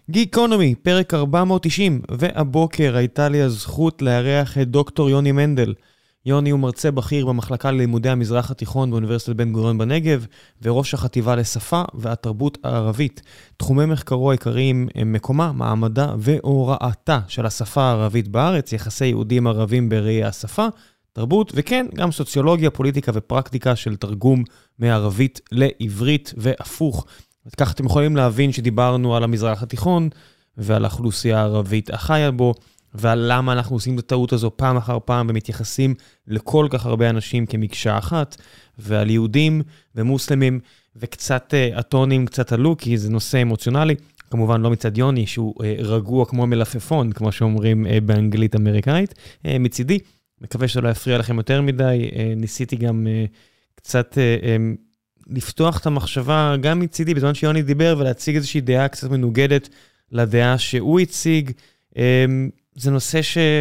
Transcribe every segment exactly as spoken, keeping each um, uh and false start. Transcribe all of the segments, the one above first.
גיקונומי, פרק ארבע מאות תשעים, והבוקר הייתה לי הזכות לארח את דוקטור יוני מנדל. יוני הוא מרצה בכיר במחלקה ללימודי המזרח התיכון באוניברסיטת בן גוריון בנגב, וראש החטיבה לשפה והתרבות הערבית. תחומי מחקרו העיקריים הם מקומה, מעמדה והוראתה של השפה הערבית בארץ, יחסי יהודים ערבים בראי השפה, תרבות, וכן, גם סוציולוגיה, פוליטיקה ופרקטיקה של תרגום מערבית לעברית והפוך. וכך אתם יכולים להבין שדיברנו על המזרח התיכון ועל האוכלוסייה הערבית החיה בו, ועל למה אנחנו עושים את הטעות הזו פעם אחר פעם ומתייחסים לכל כך הרבה אנשים כמקשה אחת, ועל יהודים ומוסלמים, וקצת אטונים קצת עלו, כי זה נושא אמוציונלי, כמובן לא מצד יוני, שהוא רגוע כמו מלפפון, כמו שאומרים באנגלית אמריקאית, מצידי. מקווה שלא יפריע לכם יותר מדי, ניסיתי גם קצת לפתוח את המחשבה, גם מצידי, בזמן שיוני דיבר, ולהציג איזושהי דעה קצת מנוגדת לדעה שהוא הציג. זה נושא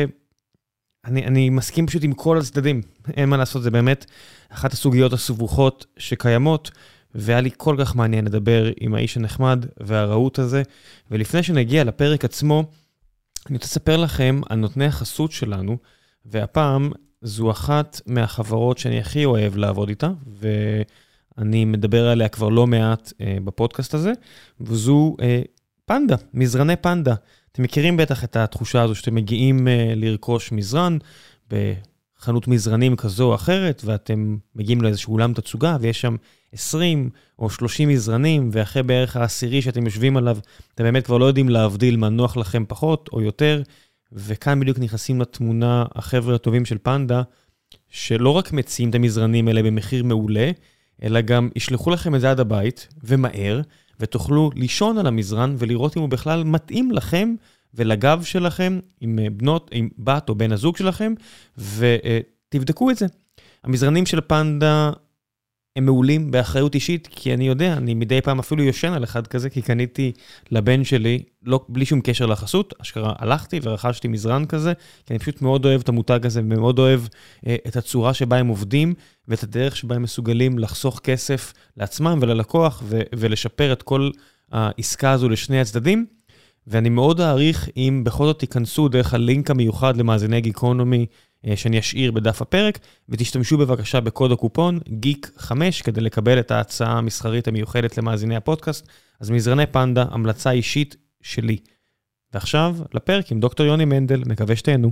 שאני אני מסכים פשוט עם כל הצדדים, אין מה לעשות, זה באמת אחת הסוגיות הסבוכות שקיימות, והיה לי כל כך מעניין לדבר עם האיש הנחמד והרעות הזה, ולפני שנגיע לפרק עצמו, אני רוצה לספר לכם על נותני החסות שלנו, והפעם זו אחת מהחברות שאני הכי אוהב לעבוד איתה, ואני מדבר עליה כבר לא מעט אה, בפודקאסט הזה, וזו אה, פנדה, מזרני פנדה. אתם מכירים בטח את התחושה הזו שאתם מגיעים אה, לרכוש מזרן בחנות מזרנים כזו או אחרת, ואתם מגיעים לאיזשהו אולם תצוגה, ויש שם עשרים או שלושים מזרנים, ואחרי בערך העשירי שאתם יושבים עליו, אתם באמת כבר לא יודעים להבדיל מה נוח לכם פחות או יותר, וכאן בדיוק נכנסים לתמונה החבר'ה הטובים של פנדה, שלא רק מציעים את המזרנים האלה במחיר מעולה, אלא גם ישלחו לכם את זה עד הבית, ומהר, ותוכלו לישון על המזרן, ולראות אם הוא בכלל מתאים לכם, ולגב שלכם, עם בנות, עם בת או בן הזוג שלכם, ותבדקו את זה. המזרנים של פנדה הם מעולים באחריות אישית, כי אני יודע, אני מדי פעם אפילו יושן על אחד כזה, כי קניתי לבן שלי, לא, בלי שום קשר לחסות, אשכרה הלכתי ורכשתי מזרן כזה, כי אני פשוט מאוד אוהב את המותג הזה, ומאוד אוהב אה, את הצורה שבה הם עובדים, ואת הדרך שבה הם מסוגלים לחסוך כסף לעצמם וללקוח, ו- ולשפר את כל העסקה הזו לשני הצדדים, ואני מאוד אעריך אם בכל זאת תיכנסו דרך הלינק המיוחד למאזיני גיקונומי, שאני אשאיר בדף הפרק, ותשתמשו בבקשה בקוד הקופון גיק חמש, כדי לקבל את ההצעה המסחרית המיוחדת למאזיני הפודקאסט. אז מזרני פנדה, המלצה אישית שלי. ועכשיו לפרק עם דוקטור יוני מנדל, מקווה שתהנו.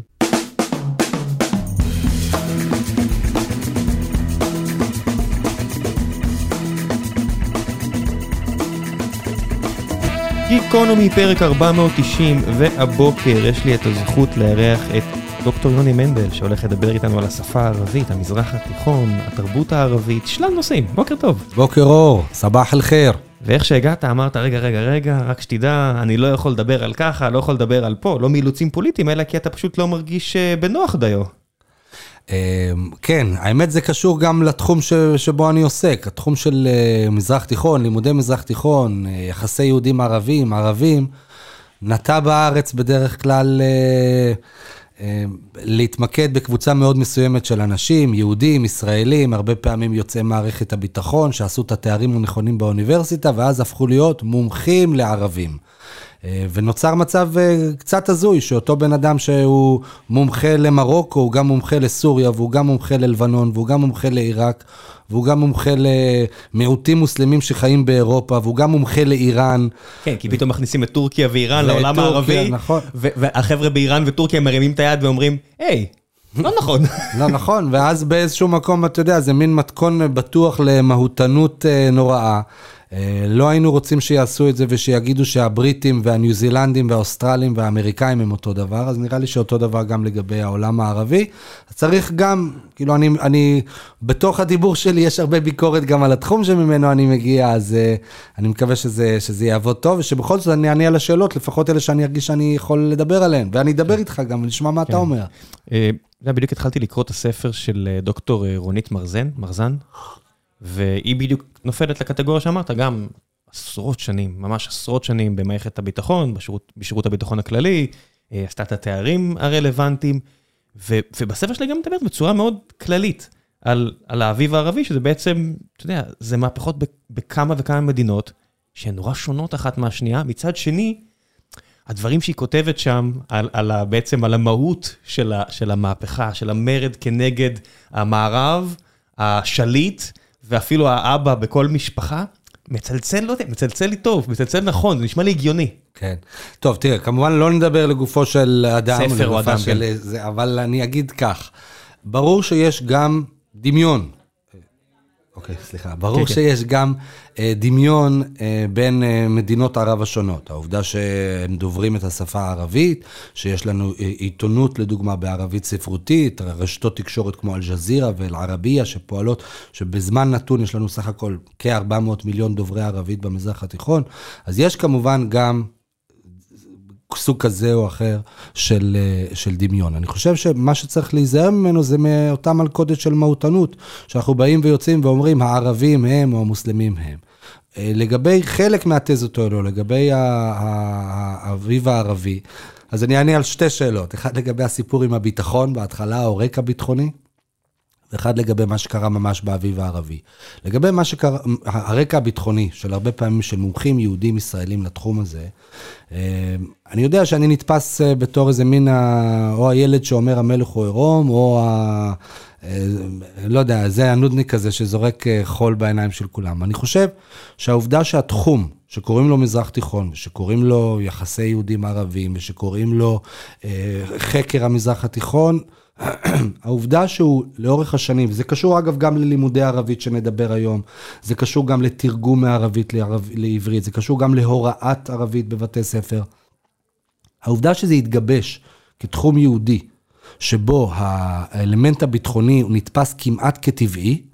גיקונומי פרק ארבע מאות תשעים, והבוקר יש לי את הזכות לארח את דוקטור יוני מנדל, שהולך לדבר איתנו על השפה הערבית, המזרח התיכון, התרבות הערבית, שלל נושאים. בוקר טוב. בוקר אור, סבח אל חיר. ואיך שהגעת, אמרת, רגע, רגע, רגע, רק שתדע, אני לא יכול לדבר על ככה, לא יכול לדבר על פה, לא מאילוצים פוליטיים, אלא כי אתה פשוט לא מרגיש בנוח דיו. כן, האמת זה קשור גם לתחום שבו אני עוסק, התחום של מזרח תיכון, לימודי מזרח תיכון, יחסי יהודים ערבים, ערבים, נטע בארץ בדרך כלל להתמקד בקבוצה מאוד מסוימת של אנשים, יהודים, ישראלים, הרבה פעמים יוצאי מערכת הביטחון, שעשו את התארים הנכונים באוניברסיטה, ואז הפכו להיות מומחים לערבים. ונוצר מצב קצת הזוי, שאותו בן אדם שהוא מומחה למרוקו, הוא גם מומחה לסוריה, והוא גם מומחה ללבנון, והוא גם מומחה לעיראק, והוא גם מומחה למיעוטים מוסלמים שחיים באירופה, והוא גם מומחה לאיראן. כן, כי פתאום מכניסים את טורקיה ואיראן לעולם הערבי, נכון. והחבר'ה באיראן וטורקיה מרימים את היד ואומרים, היי, לא נכון. לא נכון, ואז באיזשהו מקום, אתה יודע, זה מין מתכון בטוח למהותנות נוראה. לא היינו רוצים שיעשו את זה ושיגידו שהבריטים והניו זילנדים והאוסטרלים והאמריקאים הם אותו דבר, אז נראה לי שאותו דבר גם לגבי העולם הערבי. אז צריך גם, כאילו אני, אני, בתוך הדיבור שלי יש הרבה ביקורת גם על התחום שממנו אני מגיע, אז אני מקווה שזה, שזה יעבוד טוב, ושבכל זאת אני אענה על השאלות, לפחות אלה שאני ארגיש שאני יכול לדבר עליהן, ואני אדבר איתך גם, ונשמע מה אתה אומר. בדיוק התחלתי לקרוא את הספר של דוקטור רונית מרזן, מרזן, והיא בדיוק נופלת לקטגוריה שאמרת, גם עשרות שנים, ממש עשרות שנים במערכת הביטחון, בשירות, בשירות הביטחון הכללי, עשתה את התארים הרלוונטיים, ו, ובספר שלי גם מדברת בצורה מאוד כללית, על, על האביב הערבי, שזה בעצם, אתה יודע, זה מהפכות בכמה וכמה מדינות, שהן נורא שונות אחת מהשנייה, מצד שני, הדברים שהיא כותבת שם, על, על ה, בעצם על המהות של, ה, של המהפכה, של המרד כנגד המערב, השליט, ואפילו האבא בכל משפחה, מצלצל, לא יודע, מצלצל לי טוב, מצלצל נכון, זה נשמע לי הגיוני. כן. טוב, תראה, כמובן לא נדבר לגופו של אדם, ספר או אדם, של כן. זה, אבל אני אגיד כך, ברור שיש גם דמיון, אוקיי, סליחה, ברור כן, שיש גם אה, דמיון אה, בין אה, מדינות ערב השונות. העובדה שהם דוברים את השפה הערבית, שיש לנו אה, עיתונות לדוגמה בערבית ספרותית, רשתות תקשורת כמו אל-ג'זירה ואל-ערבייה שפועלות, שבזמן נתון יש לנו סך הכל כ-ארבע מאות מיליון דוברי ערבית במזרח התיכון, אז יש כמובן גם סוג כזה או אחר של, של דמיון. אני חושב שמה שצריך להיזהר ממנו זה מאותה מלכודת של מהותנות, שאנחנו באים ויוצאים ואומרים, הערבים הם או המוסלמים הם. לגבי חלק מהתזות האלו, לגבי האביב הערבי, אז אני אענה על שתי שאלות. אחד לגבי הסיפור עם הביטחון בהתחלה, או רקע ביטחוני, ואחד לגבי מה שקרה ממש באביב הערבי. לגבי מה שקרה, הרקע הביטחוני של הרבה פעמים של מומחים יהודים ישראלים לתחום הזה, אני יודע שאני נתפס בתור איזה מין, או הילד שאומר המלך הוא עירום, או ה... לא יודע, זה הנודניק הזה שזורק חול בעיניים של כולם. אני חושב שהעובדה שהתחום שקוראים לו מזרח תיכון, ושקוראים לו יחסי יהודים ערבים, ושקוראים לו חקר המזרח התיכון, העובדה שהוא לאורך השנים, וזה קשור אגב גם ללימודי ערבית שנדבר היום, זה קשור גם לתרגום מערבית לעברית, זה קשור גם להוראת ערבית בבתי ספר. העובדה שזה יתגבש כתחום יהודי, שבו האלמנט הביטחוני הוא נתפס כמעט כטבעי,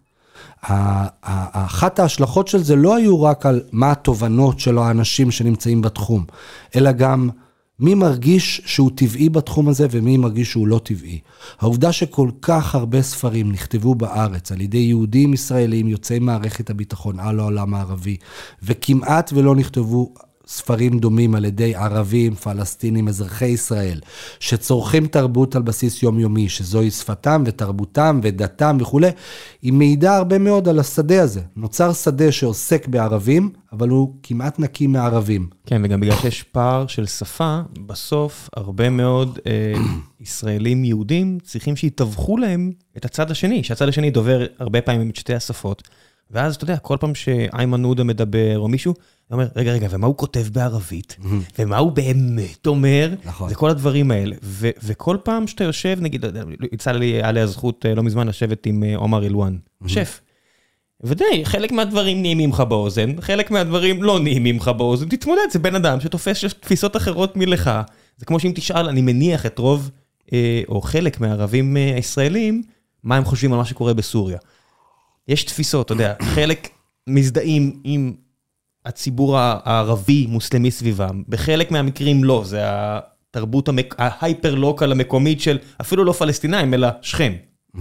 אחת ההשלכות של זה לא היו רק על מה התובנות של האנשים שנמצאים בתחום, אלא גם מי מרגיש שהוא טבעי בתחום הזה, ומי מרגיש שהוא לא טבעי. העובדה שכל כך הרבה ספרים נכתבו בארץ, על ידי יהודים ישראלים, יוצאי מערכת הביטחון, על העולם הערבי, וכמעט ולא נכתבו ספרים דומים על ידי ערבים, פלסטינים, אזרחי ישראל, שצורכים תרבות על בסיס יומיומי, שזוהי שפתם ותרבותם ודתם וכו', היא מעידה הרבה מאוד על השדה הזה. נוצר שדה שעוסק בערבים, אבל הוא כמעט נקי מערבים. כן, וגם בגלל שיש פער של שפה, בסוף הרבה מאוד אה, ישראלים יהודים צריכים שיתווכו להם את הצד השני, שהצד השני דובר הרבה פעמים את שתי השפות, ואז אתה יודע, כל פעם שאיימן עודה מדבר או מישהו, הוא אומר, רגע, רגע, ומה הוא כותב בערבית? ומה הוא באמת אומר? זה כל הדברים האלה. וכל פעם שאתה יושב, נגיד, יצא לי עלי הזכות לא מזמן לשבת עם עומר אילואן, שף. ודי, חלק מהדברים נעימים לך באוזן, חלק מהדברים לא נעימים לך באוזן, תתמודד, זה בן אדם שתופס תפיסות אחרות מלך. זה כמו שאם תשאל, אני מניח את רוב, או חלק מהערבים הישראלים, מה הם חושבים על מה שקורה בסוריה. יש תפיסות, אתה יודע, חלק מזדהים עם הציבור הערבי, מוסלמי סביבם, בחלק מהמקרים לא, זה התרבות ההייפר-לוקל המקומית של אפילו לא פלסטינאים, אלא שכם,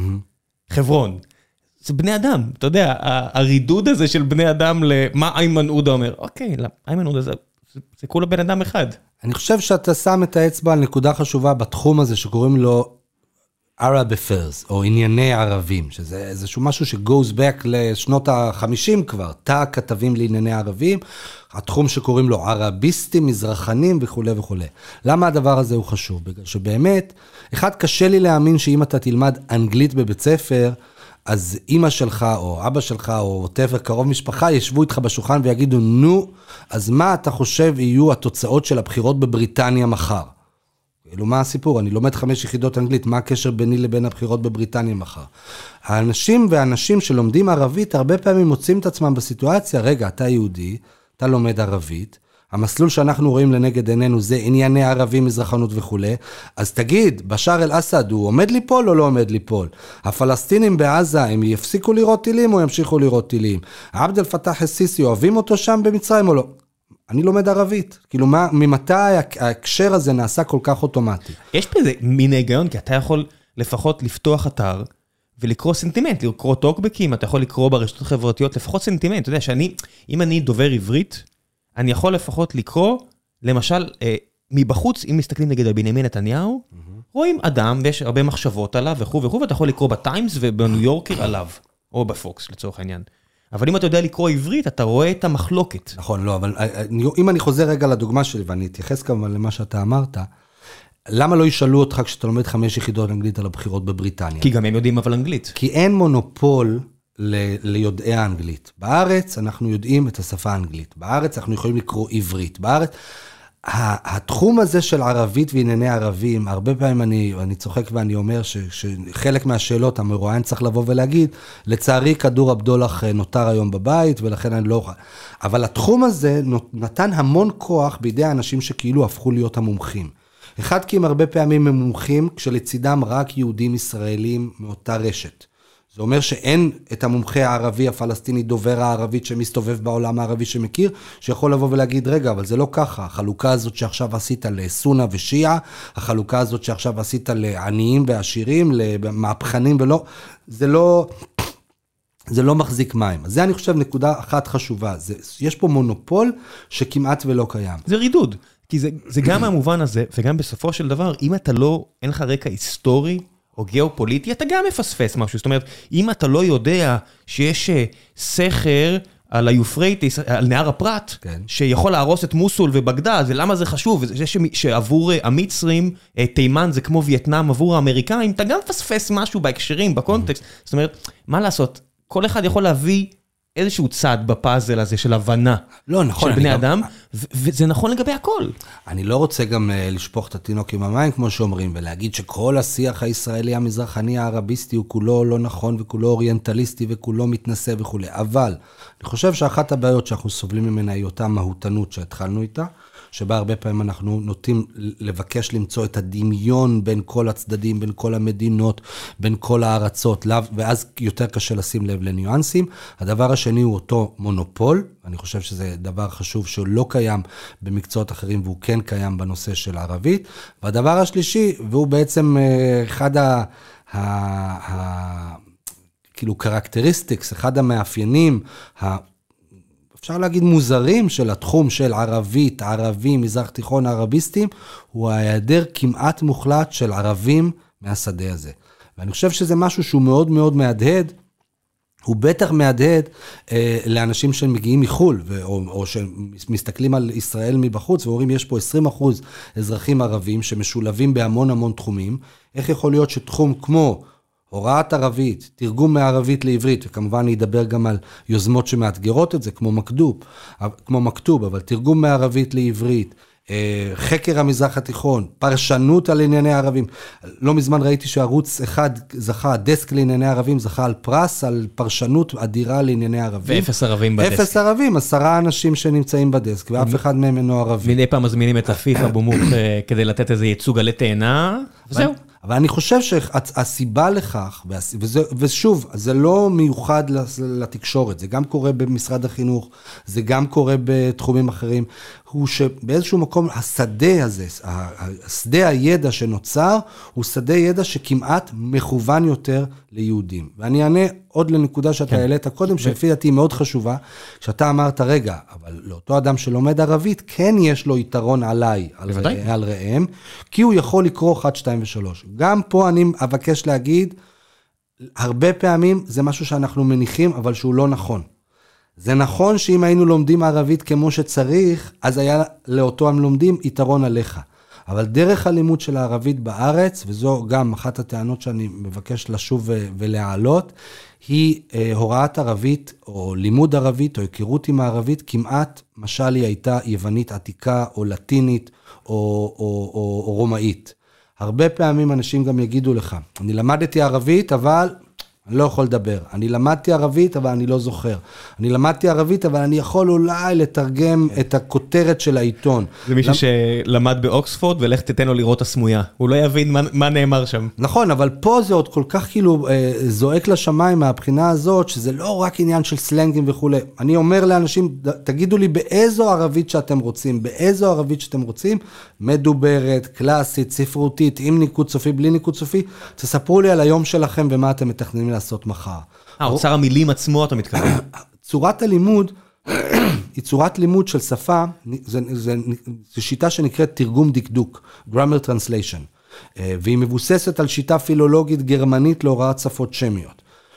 חברון. זה בני אדם, אתה יודע, הרידוד הזה של בני אדם למה איימן עודה אומר, אוקיי, איימן עודה זה, זה כולה בן אדם אחד. אני חושב שאתה שם את האצבע על נקודה חשובה בתחום הזה שקוראים לו Arab Affairs, או ענייני ערבים, שזה איזשהו משהו ש-goes back לשנות ה-חמישים כבר, תא כתבים לענייני ערבים, התחום שקוראים לו ערביסטים, מזרחנים וכו' וכו'. למה הדבר הזה הוא חשוב? בגלל שבאמת, אחד קשה לי להאמין שאם אתה תלמד אנגלית בבית ספר, אז אמא שלך או אבא שלך או תפר קרוב משפחה ישבו איתך בשולחן ויגידו, נו, אז מה אתה חושב יהיו התוצאות של הבחירות בבריטניה מחר? כאילו, מה הסיפור? אני לומד חמש יחידות אנגלית, מה הקשר ביני לבין הבחירות בבריטניה מחר? האנשים והאנשים שלומדים ערבית, הרבה פעמים מוצאים את עצמם בסיטואציה, רגע, אתה יהודי, אתה לומד ערבית, המסלול שאנחנו רואים לנגד עינינו זה ענייני ערבים, מזרחנות וכו'. אז תגיד, בשאר אל-אסד, הוא עומד ליפול או לא עומד ליפול? הפלסטינים בעזה, הם יפסיקו לראות טילים או ימשיכו לראות טילים? עבד אל-פתח אל-סיסי, אוהבים אותו שם במצרים או לא? אני לומד ערבית. כאילו, מה, ממתי ההקשר הזה נעשה כל כך אוטומטי? יש פה איזה מין היגיון, כי אתה יכול לפחות לפתוח אתר ולקרוא סנטימנט, לקרוא טוקבקים, אתה יכול לקרוא ברשתות החברתיות, לפחות סנטימנט. אתה יודע שאני, אם אני דובר עברית, אני יכול לפחות לקרוא, למשל, אה, מבחוץ, אם מסתכלים נגד על בנימין נתניהו, mm-hmm. רואים אדם, ויש הרבה מחשבות עליו וכו' וכו', ואתה יכול לקרוא בטיימס ובניו יורקר עליו, או בפוקס לצורך העניין. אבל אם אתה יודע לקרוא עברית, אתה רואה את המחלוקת. נכון, לא, אבל אם אני חוזר רגע לדוגמה שלי, ואני אתייחס כמובן למה שאתה אמרת, למה לא ישאלו אותך כשאתה לומד חמש יחידות אנגלית על הבחירות בבריטניה? כי גם הם יודעים אבל אנגלית. כי אין מונופול ל- ליודעי האנגלית. בארץ אנחנו יודעים את השפה האנגלית. בארץ אנחנו יכולים לקרוא עברית. בארץ, התחום הזה של ערבית וענייני ערבים, הרבה פעמים אני, אני צוחק ואני אומר ש, שחלק מהשאלות המרואיין צריך לבוא ולהגיד, לצערי כדור הבדולח נותר היום בבית, ולכן אני לא... אבל התחום הזה נתן המון כוח בידי האנשים שכאילו הפכו להיות המומחים. אחד, כי הם הרבה פעמים הם מומחים, כשלצידם רק יהודים ישראלים מאותה רשת. זה אומר שאין את המומחה הערבי, הפלסטיני, דובר הערבית שמסתובב בעולם הערבי שמכיר, שיכול לבוא ולהגיד, רגע, אבל זה לא ככה. החלוקה הזאת שעכשיו עשית לסונה ושיעה, החלוקה הזאת שעכשיו עשית לעניים ועשירים, למהפכנים ולא, זה לא, זה לא מחזיק מים. אז זה אני חושב נקודה אחת חשובה. זה, יש פה מונופול שכמעט ולא קיים. זה רידוד. כי זה, זה גם המובן הזה, וגם בסופו של דבר, אם אתה לא, אין לך רקע היסטורי, או גיאופוליטי, אתה גם מפספס משהו. זאת אומרת, אם אתה לא יודע שיש סכר על היופרייטיס, על נהר הפרת, כן. שיכול להרוס את מוסול ובגדד, ולמה זה חשוב, וזה שעבור המצרים, תימן זה כמו וייטנאם עבור האמריקאים, אתה גם מפספס משהו בהקשרים, בקונטקסט. זאת אומרת, מה לעשות? כל אחד יכול להביא איזשהו צד בפאזל הזה של הבנה לא, נכון, של בני גם... אדם, ו- וזה נכון לגבי הכל. אני לא רוצה גם uh, לשפוך את התינוק עם המים, כמו שאומרים, ולהגיד שכל השיח הישראלי המזרחני הערביסטי הוא כולו לא נכון, וכולו אוריינטליסטי, וכולו מתנשא וכו'. אבל אני חושב שאחת הבעיות שאנחנו סובלים ממנה היא אותה מהותנות שהתחלנו איתה, שבה הרבה פעמים אנחנו נוטים לבקש למצוא את הדמיון בין כל הצדדים, בין כל המדינות, בין כל הארצות, ואז יותר קשה לשים לב לניואנסים. הדבר השני הוא אותו מונופול, אני חושב שזה דבר חשוב שהוא לא קיים במקצועות אחרים, והוא כן קיים בנושא של הערבית. והדבר השלישי, והוא בעצם אחד ה... ה... ה... כאילו קרקטריסטיקס, אחד המאפיינים, ה... אפשר להגיד מוזרים של התחום של ערבית, ערבים, מזרח תיכון, ערביסטים, הוא ההיעדר כמעט מוחלט של ערבים מהשדה הזה. ואני חושב שזה משהו שהוא מאוד מאוד מהדהד, הוא בטח מהדהד אה, לאנשים שמגיעים מחול, ו- או, או שמסתכלים על ישראל מבחוץ, ואומרים יש פה עשרים אחוז אזרחים ערבים שמשולבים בהמון המון תחומים, איך יכול להיות שתחום כמו הוראת ערבית, תרגום מערבית לעברית, וכמובן אני אדבר גם על יוזמות שמאתגרות את זה, כמו מכתוב, כמו מכתוב, אבל תרגום מערבית לעברית, חקר המזרח התיכון, פרשנות על ענייני ערבים. לא מזמן ראיתי שערוץ אחד זכה, דסק לענייני ערבים, זכה על פרס, על פרשנות אדירה לענייני ערבים. ואפס ערבים בדסק. אפס ערבים, עשרה אנשים שנמצאים בדסק, ואף אחד מהם אינו ערבי. מדי פעם מזמינים את הפיף אבו מוך כדי לתת איזה ייצוג עלי תאנה, וזהו. אבל אני חושב שהסיבה לכך, וזה, ושוב, זה לא מיוחד לתקשורת, זה גם קורה במשרד החינוך, זה גם קורה בתחומים אחרים, הוא שבאיזשהו מקום השדה הזה, השדה הידע שנוצר, הוא שדה ידע שכמעט מכוון יותר ליהודים. ואני אענה עוד לנקודה שאתה כן. העלית קודם, שלפי דעתי מאוד חשובה, שאתה אמרת, רגע, אבל לאותו אדם שלומד ערבית, כן יש לו יתרון עליי, על, רא, על ראם, כי הוא יכול לקרוא אחת, שתיים ושלוש. גם פה אני אבקש להגיד, הרבה פעמים זה משהו שאנחנו מניחים, אבל שהוא לא נכון. זה נכון שאם היינו לומדים ערבית כמו שצריך, אז היה לאותו הלומדים יתרון עליך. אבל דרך הלימוד של הערבית בארץ, וזו גם אחת הטענות שאני מבקש לשוב ולהעלות, היא הוראת ערבית, או לימוד ערבית, או היכרות עם הערבית, כמעט, משל היא הייתה יוונית עתיקה, או לטינית, או, או, או, או רומאית. הרבה פעמים אנשים גם יגידו לך, אני למדתי ערבית, אבל אני לא יכול לדבר. אני למדתי ערבית, אבל אני לא זוכר. אני למדתי ערבית, אבל אני יכול אולי לתרגם את הכותרת של העיתון. זה מישהו שלמד באוקספורד, ולך תתן לו לראות הסמויה. הוא לא יבין מה נאמר שם. נכון, אבל פה זה עוד כל כך כאילו זועק לשמיים מהבחינה הזאת, שזה לא רק עניין של סלנגים וכו'. אני אומר לאנשים, תגידו לי באיזו ערבית שאתם רוצים, באיזו ערבית שאתם רוצים, מדוברת, קלאסית, ספרותית, עם ניקוד סופי, בלי ניקוד סופי, תספרו לי על היום שלכם ומה אתם מתכננים לעשות מחר. האוצר המילים עצמו אתה מתכוון. צורת הלימוד היא צורת לימוד של שפה, זו שיטה שנקראת תרגום דקדוק, grammar translation, והיא מבוססת על שיטה פילולוגית גרמנית להוראת שפות שמיות.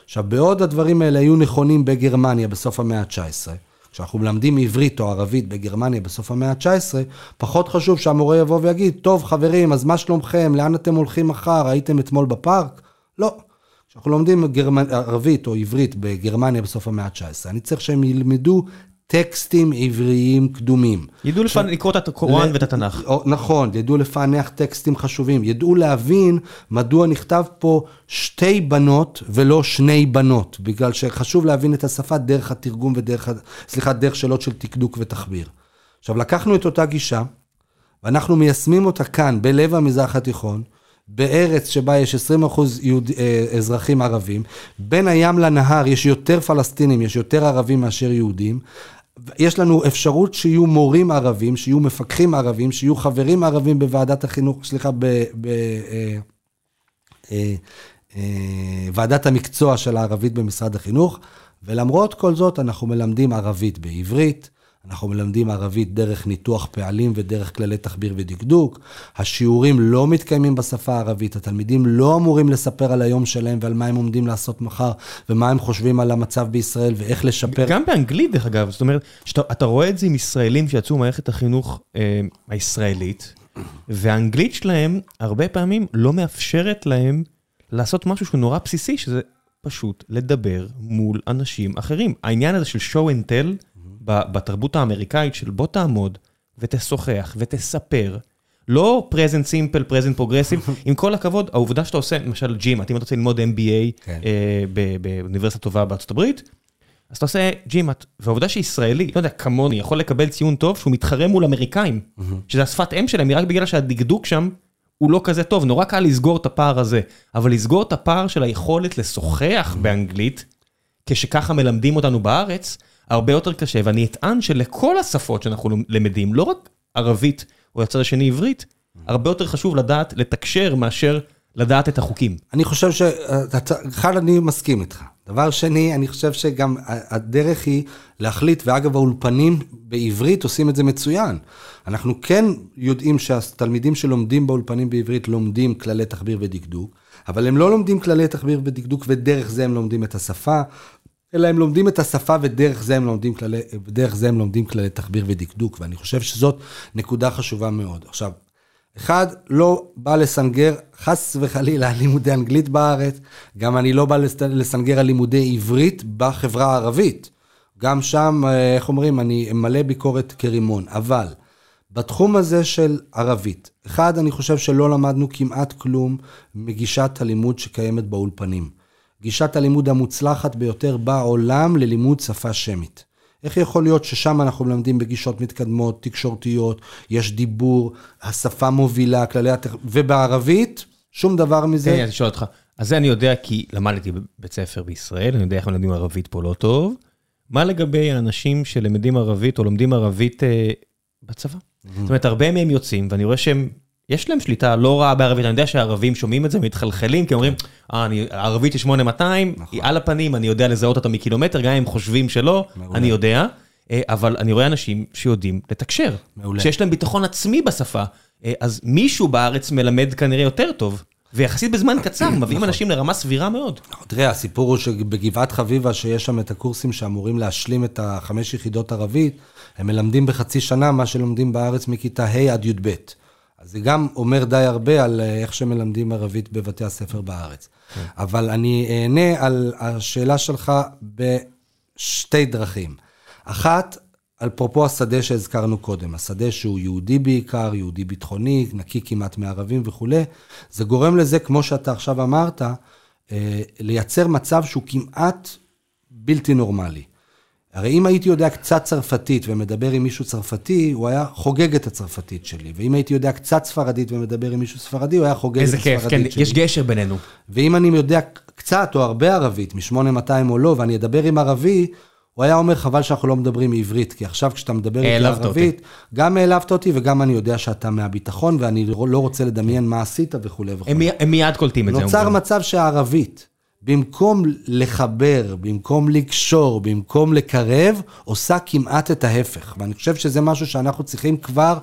עכשיו, בעוד הדברים האלה היו נכונים בגרמניה בסוף המאה ה-תשע עשרה, כשאנחנו מלמדים עברית או ערבית בגרמניה בסוף המאה ה-תשע עשרה, פחות חשוב שהמורה יבוא ויגיד, טוב חברים, אז מה שלומכם, לאן אתם הולכים מחר, הייתם אתמול בפארק? לא. כשאנחנו לומדים גרמנ... ערבית או עברית בגרמניה בסוף המאה ה-תשע עשרה, אני צריך שהם ילמדו טקסטים עבריים קדומים. ידעו לפענח, לקרוא את הקוראן ואת התנ"ך. נכון, ידעו לפענח טקסטים חשובים, ידעו להבין מדוע נכתב פה שתי בנות ולא שני בנות, בגלל שחשוב להבין את השפה דרך התרגום ודרך, סליחה, דרך שאלות של תקדוק ותחביר. עכשיו, לקחנו את אותה גישה, ואנחנו מיישמים אותה כאן, בלב המזרח התיכון, בארץ שבה יש עשרים אחוז יהוד, אזרחים ערבים, בין הים לנהר יש יותר פלסטינים, יש יותר ערבים מאשר יהודים, יש לנו אפשרות שיהיו מורים ערבים, שיהיו מפקחים ערבים, שיהיו חברים ערבים בוועדת החינוך, סליחה, בוועדת המקצוע של הערבית במשרד החינוך, ולמרות כל זאת אנחנו מלמדים ערבית בעברית, אנחנו מלמדים ערבית דרך ניתוח פעלים ודרך כללי תחביר ודקדוק. השיעורים לא מתקיימים בשפה הערבית. התלמידים לא אמורים לספר על היום שלהם ועל מה הם עומדים לעשות מחר, ומה הם חושבים על המצב בישראל ואיך לשפר. גם באנגלית, דרך אגב. זאת אומרת, שאתה, אתה רואה את זה עם ישראלים שיצאו מערכת החינוך אה, הישראלית, והאנגלית שלהם הרבה פעמים לא מאפשרת להם לעשות משהו שהוא נורא בסיסי, שזה פשוט לדבר מול אנשים אחרים. העניין הזה של show and tell, בתרבות האמריקאית של בוא תעמוד ותשוחח ותספר, לא present simple, present progressive, עם כל הכבוד, העובדה שאתה עושה, למשל ג'ימאט, אם אתה רוצה ללמוד אם בי איי באוניברסיטה טובה בארצות הברית, אז אתה עושה ג'ימאט, והעובדה שישראלי, לא יודע, כמוני, יכול לקבל ציון טוב שהוא מתחרה מול אמריקאים, שזה השפת אם שלהם, רק בגלל שהדקדוק שם הוא לא כזה טוב, נורא קל לסגור את הפער הזה, אבל לסגור את הפער של היכולת לשוחח באנגלית, כשככה מלמדים אותנו בארץ, הרבה יותר קשה, ואני אטען שלכל השפות שאנחנו למדים, לא רק ערבית או הצד השני עברית, הרבה יותר חשוב לדעת לתקשר מאשר לדעת את החוקים. אני חושב ש... אחד, אני מסכים איתך. דבר שני, אני חושב שגם הדרך היא להחליט, ואגב האולפנים בעברית עושים את זה מצוין. אנחנו כן יודעים שהתלמידים שלומדים באולפנים בעברית לומדים כללי תחביר ודקדוק, אבל הם לא לומדים כללי תחביר ודקדוק, ודרך זה הם לומדים את השפה, אלא הם לומדים את השפה ודרך זה הם לומדים כללי, ודרך זה הם לומדים כללי תחביר ודקדוק, ואני חושב שזאת נקודה חשובה מאוד. עכשיו, אחד, לא בא לסנגר חס וחלילה על לימודי אנגלית בארץ, גם אני לא בא לסנגר על לימודי עברית בחברה הערבית. גם שם, איך אומרים, אני מלא ביקורת כרימון, אבל בתחום הזה של ערבית, אחד, אני חושב שלא למדנו כמעט כלום מגישת הלימוד שקיימת באולפנים. גישת הלימוד המוצלחת ביותר בעולם ללימוד שפה שמית. איך יכול להיות ששם אנחנו מלמדים בגישות מתקדמות, תקשורתיות, יש דיבור, השפה מובילה, כללי התח... ובערבית, שום דבר מזה. כן, אני שואל אותך. אז זה אני יודע כי למדתי בבית ספר בישראל, אני יודע איך מלמדים ערבית פה לא טוב. מה לגבי האנשים שלמדים ערבית או לומדים ערבית אה, בצבא? Mm-hmm. זאת אומרת, הרבה מהם יוצאים, ואני רואה שהם, יש להם שליטה לא רעה בערבית, אני יודע שהערבים שומעים את זה, מתחלחלים, כי אומרים, אה, אני, הערבית היא שמונה מאתיים, נכון. היא על הפנים, אני יודע לזהות אותה מקילומטר, גם אם חושבים שלא, מעולה. אני יודע, אבל אני רואה אנשים שיודעים לתקשר, מעולה. שיש להם ביטחון עצמי בשפה, אז מישהו בארץ מלמד כנראה יותר טוב, ויחסית בזמן קצר, מביאים אנשים לרמה סבירה מאוד. תראה, הסיפור הוא שבגבעת חביבה, שיש שם את הקורסים שאמורים להשלים את החמש יחידות ערבית, הם מלמדים בחצי שנה מה שלומדים בארץ מכיתה ה' עד י' ב'. אז זה גם אומר די הרבה על איך שמלמדים ערבית בבתי הספר בארץ. אבל אני אענה על השאלה שלך בשתי דרכים. אחת, על פרופו השדה שהזכרנו קודם, השדה שהוא יהודי בעיקר, יהודי ביטחוני, נקי כמעט מערבים וכו', זה גורם לזה, כמו שאתה עכשיו אמרת, לייצר מצב שהוא כמעט בלתי נורמלי. הרי אם הייתי יודע קצת צרפתית ומדבר עם מישהו צרפתי, הוא היה חוגג את הצרפתית שלי. ואם הייתי יודע קצת ספרדית ומדבר עם מישהו ספרדי, הוא היה חוגג את הספרדית שלי. איזה כיף, כן, יש גשר בינינו. ואם אני יודע קצת או הרבה ערבית, מ-שמונה מאתיים או לא, ואני אדבר עם ערבי, הוא היה אומר, חבל שאנחנו לא מדברים עברית, כי עכשיו כשאתה מדבר עם ערבית, גם העלבת אותי, וגם אני יודע שאתה מהביטחון, ואני לא רוצה לדמיין מה עשית וכו' וכו'. הם מיד קולטים את זה. נוצר מצב שהערבית, במקום לחבר, במקום לקשור, במקום לקרב, עושה כמעט את ההפך. ואני חושב שזה משהו שאנחנו צריכים כבר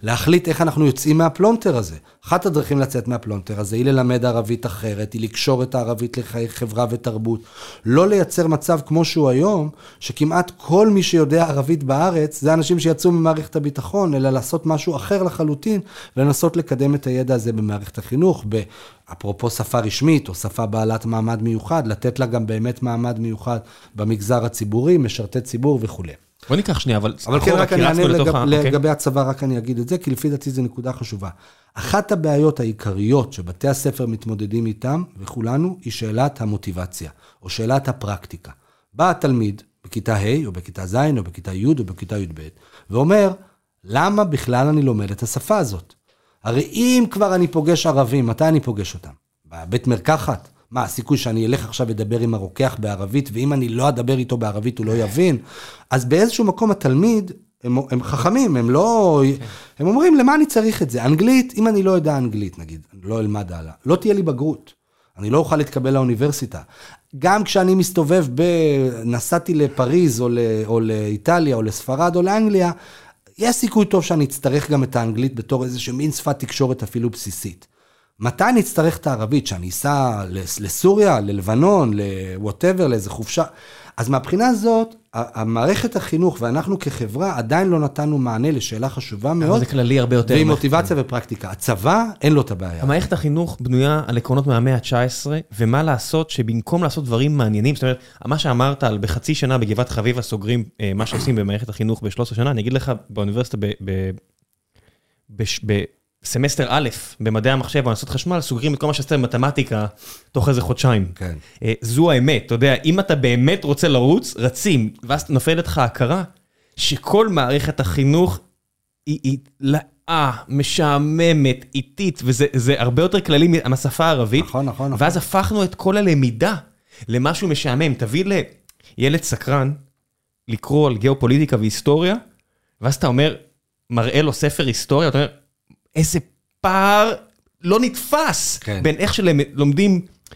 להחליט איך אנחנו יוצאים מהפלונטר הזה. אחת הדרכים לצאת מהפלונטר הזה היא ללמד ערבית אחרת, היא לקשור את הערבית לחיי חברה ותרבות, לא לייצר מצב כמו שהוא היום, שכמעט כל מי שיודע ערבית בארץ, זה אנשים שיצאו ממערכת הביטחון, אלא לעשות משהו אחר לחלוטין, ולנסות לקדם את הידע הזה במערכת החינוך, אפרופו שפה רשמית, או שפה בעלת מעמד מיוחד, לתת לה גם באמת מעמד מיוחד במגזר הציבורי, משרתי ציבור וכו'. בוא ניקח שנייה, אבל... אבל כן, רק אני אענה לגב, לגבי הצבא, רק אני אגיד את זה, כי לפי דעתי זו נקודה חשובה. אחת הבעיות העיקריות שבתי הספר מתמודדים איתם, וכולנו, היא שאלת המוטיבציה, או שאלת הפרקטיקה. בא התלמיד בכיתה ה' או בכיתה ז' או בכיתה י' או בכיתה י' ב', ואומר, למה בכלל אני לומד את השפה הזאת? הרי אם כבר אני פוגש ערבים, מתי אני פוגש אותם? בבית מרקחת? מה, הסיכוי שאני אלך עכשיו לדבר עם הרוקח בערבית, ואם אני לא אדבר איתו בערבית, הוא לא יבין? אז באיזשהו מקום התלמיד, הם, הם חכמים, הם לא... הם אומרים, למה אני צריך את זה? אנגלית, אם אני לא יודע אנגלית, נגיד, לא אלמד הלאה, לא תהיה לי בגרות. אני לא אוכל להתקבל לאוניברסיטה. גם כשאני מסתובב ב... נסעתי לפריז, או, ל... או לאיטליה, או לספרד, או לאנגליה, יש סיכוי טוב שאני אצטרך גם את האנגלית בתור איזושהי מין שפת תקשורת אפילו בסיסית. מתי אני אצטרך את הערבית? שאני אסע לסוריה, ללבנון, ל-whatever, לאיזה חופשה? אז מהבחינה הזאת, המערכת החינוך ואנחנו כחברה עדיין לא נתנו מענה לשאלה חשובה מאוד. זה כללי הרבה יותר. ועם מוטיבציה ופרקטיקה. הצבא, אין לו את הבעיה. המערכת החינוך בנויה על עקרונות מהמאה ה-תשע עשרה, ומה לעשות שבמקום לעשות דברים מעניינים, זאת אומרת, מה שאמרת על בחצי שנה בגבעת חביבה סוגרים מה שעושים במערכת החינוך ב-שלוש עשרה שנה, אני אגיד לך באוניברסיטה ב... סמסטר א', במדעי המחשב, או נסות חשמל, סוגרים את כל מה שעשתה במתמטיקה, תוך איזה חודשיים. כן. זו האמת, אתה יודע, אם אתה באמת רוצה לרוץ, רצים, ואז נופלת לך הכרה, שכל מערכת החינוך היא, היא לאה, משעממת, איטית, וזה הרבה יותר כללי מהשפה הערבית. נכון, נכון, ואז נכון. הפכנו את כל הלמידה למשהו משעמם. תביא לילד סקרן, לקרוא על גיאופוליטיקה והיסטוריה, ואז אתה אומר, מראה לו ספר היסטוריה, אתה אומר, איזה פער לא נתפס כן. בין איך שלומדים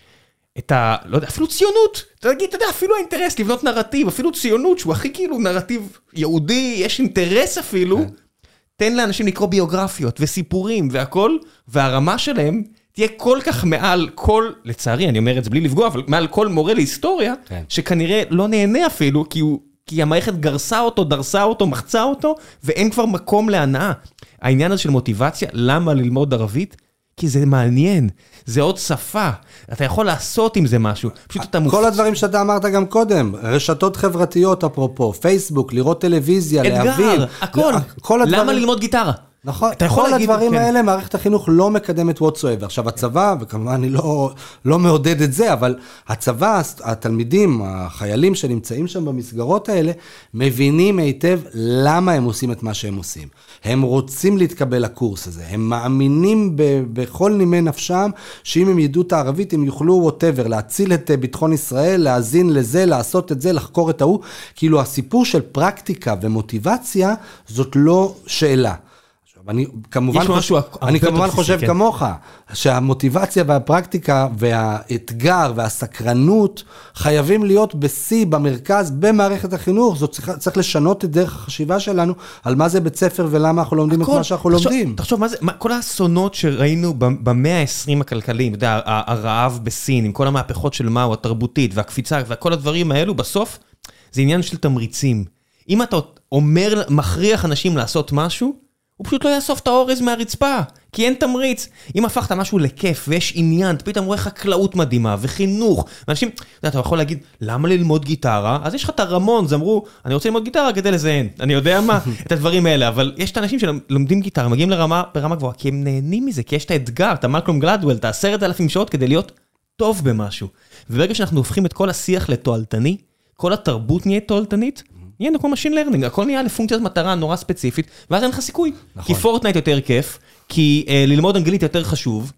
את ה... לא יודע, אפילו ציונות. אתה תגיד, אתה יודע, אפילו האינטרס לבנות נרטיב, אפילו ציונות, שהוא הכי כאילו נרטיב יהודי, יש אינטרס אפילו. כן. תן לאנשים לקרוא ביוגרפיות וסיפורים והכל, והרמה שלהם תהיה כל כך מעל כל, לצערי, אני אומר את זה בלי לפגוע, אבל מעל כל מורה להיסטוריה, כן. שכנראה לא נהנה אפילו, כי הוא... כי המערכת גרסה אותו, דרסה אותו, מחצה אותו, ואין כבר מקום להנאה. העניין הזה של מוטיבציה, למה ללמוד ערבית? כי זה מעניין, זה עוד שפה, אתה יכול לעשות עם זה משהו, פשוט אתה מופ... כל הדברים שאתה אמרת גם קודם, רשתות חברתיות אפרופו, פייסבוק, לראות טלוויזיה, להבין. אתגר, הכל, כל הדברים... למה ללמוד גיטרה? נכון, כל הדברים כן. האלה, מערכת החינוך לא מקדמת whatsoever. עכשיו הצבא, וכמובן אני לא, לא מעודד את זה, אבל הצבא, התלמידים, החיילים שנמצאים שם במסגרות האלה, מבינים היטב למה הם עושים את מה שהם עושים. הם רוצים להתקבל לקורס הזה, הם מאמינים ב, בכל נימי נפשם, שאם הם ידעו את הערבית, הם יוכלו whatever, להציל את ביטחון ישראל, להאזין לזה, לעשות את זה, לחקור את ההוא. כאילו הסיפור של פרקטיקה ומוטיבציה, זאת לא שאלה. אני כמובן, חושב, אני כמובן חושב כן. כמוך, שהמוטיבציה והפרקטיקה והאתגר והסקרנות חייבים להיות בסי, במרכז, במערכת החינוך. זאת צריך, צריך לשנות את דרך החשיבה שלנו על מה זה בית ספר ולמה אנחנו לומדים הכל, את מה שאנחנו תחשוב, לומדים. תחשוב, מה זה, מה, כל האסונות שראינו במאה ה-עשרים הכלכליים, אתה יודע, הרעב בסין, עם כל המהפכות של מאו, התרבותית והקפיצה וכל הדברים האלו, בסוף זה עניין של תמריצים. אם אתה אומר, מכריח אנשים לעשות משהו, הוא פשוט לא יאסוף את האורז מהרצפה, כי אין תמריץ. אם הפכת משהו לכיף ויש עניין, פתאום רואה חקלאות מדהימה וחינוך, ואנשים, אתה יכול להגיד, למה ללמוד גיטרה? אז יש לך את הרמון, אז אמרו, אני רוצה ללמוד גיטרה כדי לזיין. אני יודע מה, את הדברים האלה, אבל יש את האנשים שלומדים גיטרה, מגיעים לרמה, ברמה גבוהה, כי הם נהנים מזה, כי יש את האתגר, את המלקום גלדוול, את עשרת אלפים שעות כדי להיות טוב במשהו. וברגע שאנחנו הופכים את כל השיח לתועלתני, כל התרבות נהיה תועלתנית, נהיה כמו משין לרנינג, הכל נהיה לפונקציית מטרה נורא ספציפית, ואז אין לך סיכוי. כי פורטנייט יותר כיף, כי אה, ללמוד אנגלית יותר חשוב.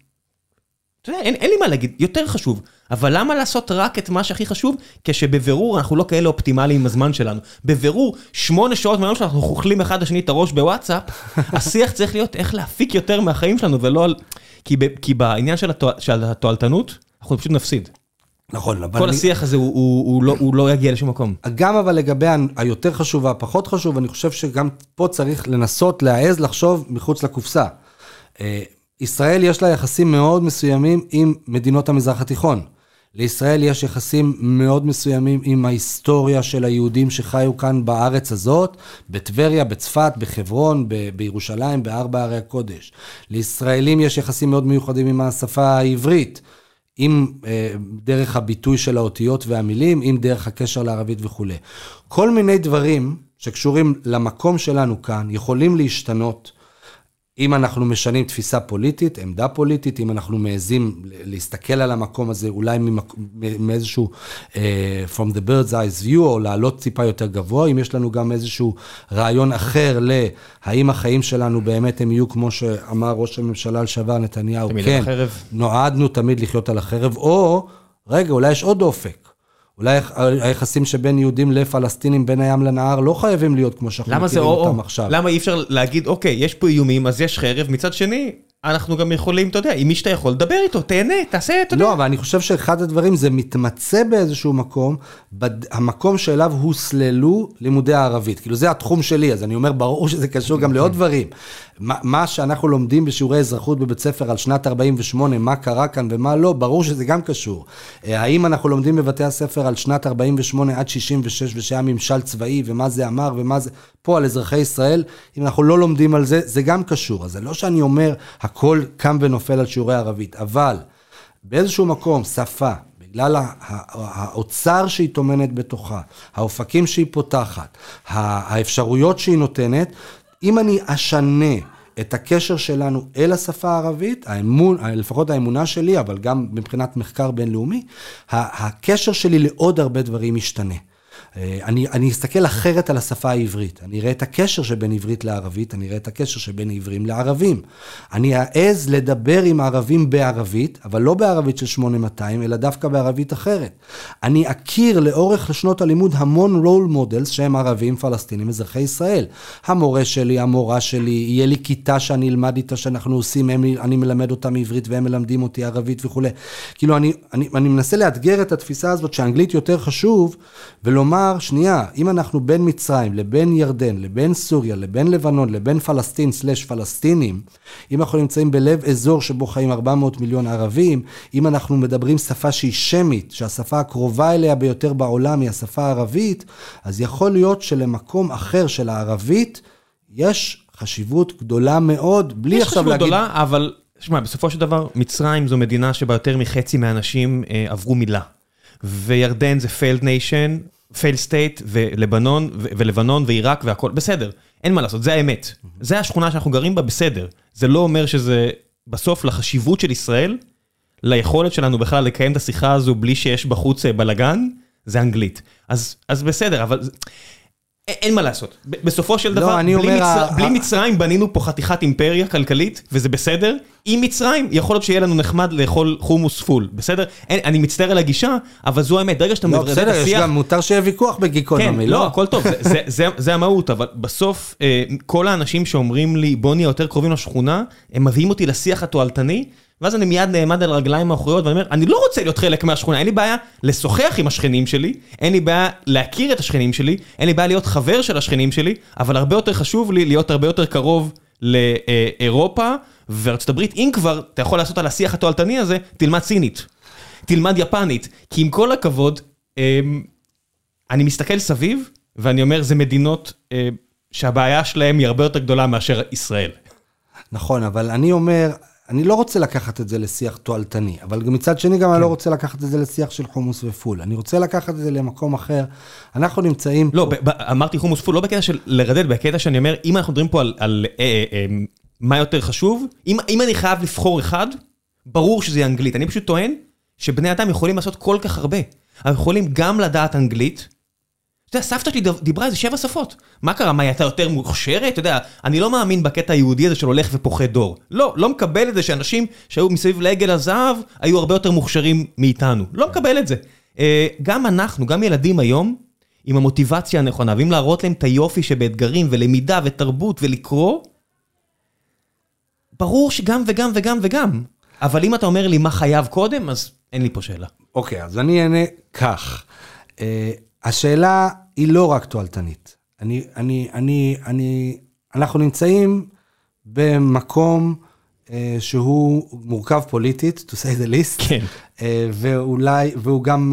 אתה יודע, אין, אין לי מה להגיד, יותר חשוב. אבל למה לעשות רק את מה שהכי חשוב? כשבבירור אנחנו לא כאלה אופטימליים עם הזמן שלנו. בבירור, שמונה שעות מהיום שאנחנו חוכלים אחד השני את הראש בוואטסאפ, השיח צריך להיות איך להפיק יותר מהחיים שלנו, ולא על... כי, ב, כי בעניין של, התוע... של התועלתנות, אנחנו פשוט נפסיד. נכון, אבל... כל אני... השיח הזה הוא, הוא, הוא, לא, הוא לא יגיע לשום מקום. גם אבל לגבי היותר חשוב והפחות חשוב, אני חושב שגם פה צריך לנסות להעז לחשוב מחוץ לקופסה. ישראל יש לה יחסים מאוד מסוימים עם מדינות המזרח התיכון. לישראל יש יחסים מאוד מסוימים עם ההיסטוריה של היהודים שחיו כאן בארץ הזאת, בטבריה, בצפת, בחברון, ב- בירושלים, בארבע ערי הקודש. לישראלים יש יחסים מאוד מיוחדים עם השפה העברית, עם אה, דרך הביטוי של האותיות והמילים, עם דרך הקשר לערבית וכו'. כל מיני דברים שקשורים למקום שלנו כאן יכולים להשתנות, אם אנחנו משנים תפיסה פוליטית, עמדה פוליטית, אם אנחנו מעזים להסתכל על המקום הזה, אולי מאיזשהו uh, from the bird's eye view, או לעלות ציפה יותר גבוה, אם יש לנו גם איזשהו רעיון אחר להאם החיים שלנו באמת הם יהיו, כמו שאמר ראש הממשלה לשעבר נתניהו, כן, נועדנו תמיד לחיות על החרב, או, רגע, אולי יש עוד אופק. אולי היחסים שבין יהודים לפלסטינים, בין הים לנהר, לא חייבים להיות כמו שאנחנו מכירים אותם עכשיו. למה אי אפשר להגיד, אוקיי, יש פה איומים, אז יש חרב, מצד שני, אנחנו גם יכולים, אתה יודע, אם מי שאתה יכול, דבר איתו, תהנה, תעשה, אתה יודע. לא, אבל אני חושב שאחד הדברים, זה מתמצא באיזשהו מקום, המקום שאליו הוסללו לימודי הערבית. כאילו זה התחום שלי, אז אני אומר, ברור שזה קשור גם לעוד דברים. מה שאנחנו לומדים בשיעורי אזרחות בבית ספר על שנת ארבעים ושמונה, מה קרה כאן ומה לא, ברור שזה גם קשור. האם אנחנו לומדים בבתי הספר על שנת ארבעים ושמונה עד שישים ושש, ושהיה ממשל צבאי, ומה זה אמר, ומה זה, פה על אזרחי ישראל, אם אנחנו לא לומדים על זה, זה גם קשור. אז זה לא שאני אומר, הכל קם ונופל על שיעורי ערבית, אבל באיזשהו מקום, שפה, בגלל האוצר שהיא תומנת בתוכה, האופקים שהיא פותחת, האפשרויות שהיא נותנת, אם אני אשנה את הקשר שלנו אל השפה הערבית, האמון, לפחות האמונה שלי, אבל גם מבחינת מחקר בינלאומי, הקשר שלי לעוד הרבה דברים משתנה. אני, אני אסתכל אחרת על השפה העברית, אני אראה את הקשר שבין עברית לערבית, אני אראה את הקשר שבין עברים לערבים. אני אעז לדבר עם ערבים בערבית, אבל לא בערבית של שמונה מאתיים, אלא דווקא בערבית אחרת. אני אכיר לאורך לשנות הלימוד המון role models שהם ערבים, פלסטינים, אזרחי ישראל. המורה שלי, המורה שלי, יהיה לי כיתה שאני אלמד איתה שאנחנו עושים, הם, אני מלמד אותם עברית והם מלמדים אותי ערבית וכו'. כאילו אני, אני, אני מנסה לאתגר את התפיסה הזאת שאנגלית יותר חשוב, ולומר שנייה, אם אנחנו בין מצרים, לבין ירדן, לבין סוריה, לבין לבנון, לבין פלסטין סלש פלסטינים, אם אנחנו נמצאים בלב אזור שבו חיים ארבע מאות מיליון ערבים, אם אנחנו מדברים שפה שהיא שמית, שהשפה הקרובה אליה ביותר בעולם היא השפה הערבית, אז יכול להיות שלמקום אחר של הערבית, יש חשיבות גדולה מאוד, בלי עכשיו להגיד... יש חשיבות גדולה, אבל, שמע, בסופו של דבר, מצרים זו מדינה שבה יותר מחצי מהאנשים אה, עברו מילה. וירדן זה failed nation, פייל סטייט ולבנון, ולבנון ועיראק והכל, בסדר, אין מה לעשות, זה האמת. זה השכונה שאנחנו גרים בה, בסדר. זה לא אומר שזה בסוף לחשיבות של ישראל, ליכולת שלנו בכלל לקיים את השיחה הזו בלי שיש בחוץ בלגן, זה אנגלית. אז, אז בסדר, אבל אין מה לעשות. בסופו של דבר, בלי, מצר... ה... בלי מצרים בנינו פה חתיכת אימפריה כלכלית, וזה בסדר. עם מצרים יכול להיות שיהיה לנו נחמד לאכול חומוס פול, בסדר? אין, אני מצטער על הגישה, אבל זו האמת. דרגע שאתה לא, מברדה בסדר, את השיח... יש גם מותר שיהיה ויכוח בגיקונומי, כן, לא? לא, הכל טוב, זה, זה, זה, זה המהות, אבל בסוף, כל האנשים שאומרים לי, בוא נהיה יותר קרובים לשכונה, הם מביאים אותי לשיח התועלתני, ואז אני מיד נעמד על הרגליים האחוריות, ואני אומר, אני לא רוצה להיות חלק מהשכונה, אין לי בעיה לשוחח עם השכנים שלי, אין לי בעיה להכיר את השכנים שלי, אין לי בעיה להיות חבר של השכנים שלי, אבל הרבה יותר חשוב לי להיות הרבה יותר קרוב לאירופה, וארצות הברית, אם כבר אתה יכול לעשות על השיח התועלתני הזה, תלמד סינית, תלמד יפנית, כי עם כל הכבוד, אני מסתכל סביב, ואני אומר, זה מדינות שהבעיה שלהם היא הרבה יותר גדולה מאשר ישראל. נכון, אבל אני אומר... אני לא רוצה לקחת את זה לשיח תועלתני, אבל מצד שני גם אני לא רוצה לקחת את זה לשיח של חומוס ופול. אני רוצה לקחת את זה למקום אחר. אנחנו נמצאים... לא, אמרתי חומוס ופול, לא בקטע של לרדד, בקטע שאני אומר, אם אנחנו מדברים פה על מה יותר חשוב, אם אני חייב לבחור אחד, ברור שזה אנגלית. אני פשוט טוען שבני אדם יכולים לעשות כל כך הרבה. הם יכולים גם לדעת אנגלית, אתה יודע, סבתא שלי דיברה איזה שבע שפות. מה קרה? מה, הייתה יותר מוכשרת? אתה יודע, אני לא מאמין בקטע היהודי הזה של הולך ופוחד דור. לא, לא מקבל את זה שאנשים שהיו מסביב לעגל הזהב, היו הרבה יותר מוכשרים מאיתנו. לא מקבל את זה. גם אנחנו, גם ילדים היום, עם המוטיבציה הנכונה, ואם להראות להם את היופי שבאתגרים ולמידה ותרבות ולקרוא, ברור שגם וגם וגם וגם. אבל אם אתה אומר לי מה חייב קודם, אז אין לי פה שאלה. אוקיי, אז אני אענה כך. השאלה היא לא רק תועלתנית. אני, אני, אני, אני, אנחנו נמצאים במקום שהוא מורכב פוליטית, to say the least, כן. ואולי, והוא גם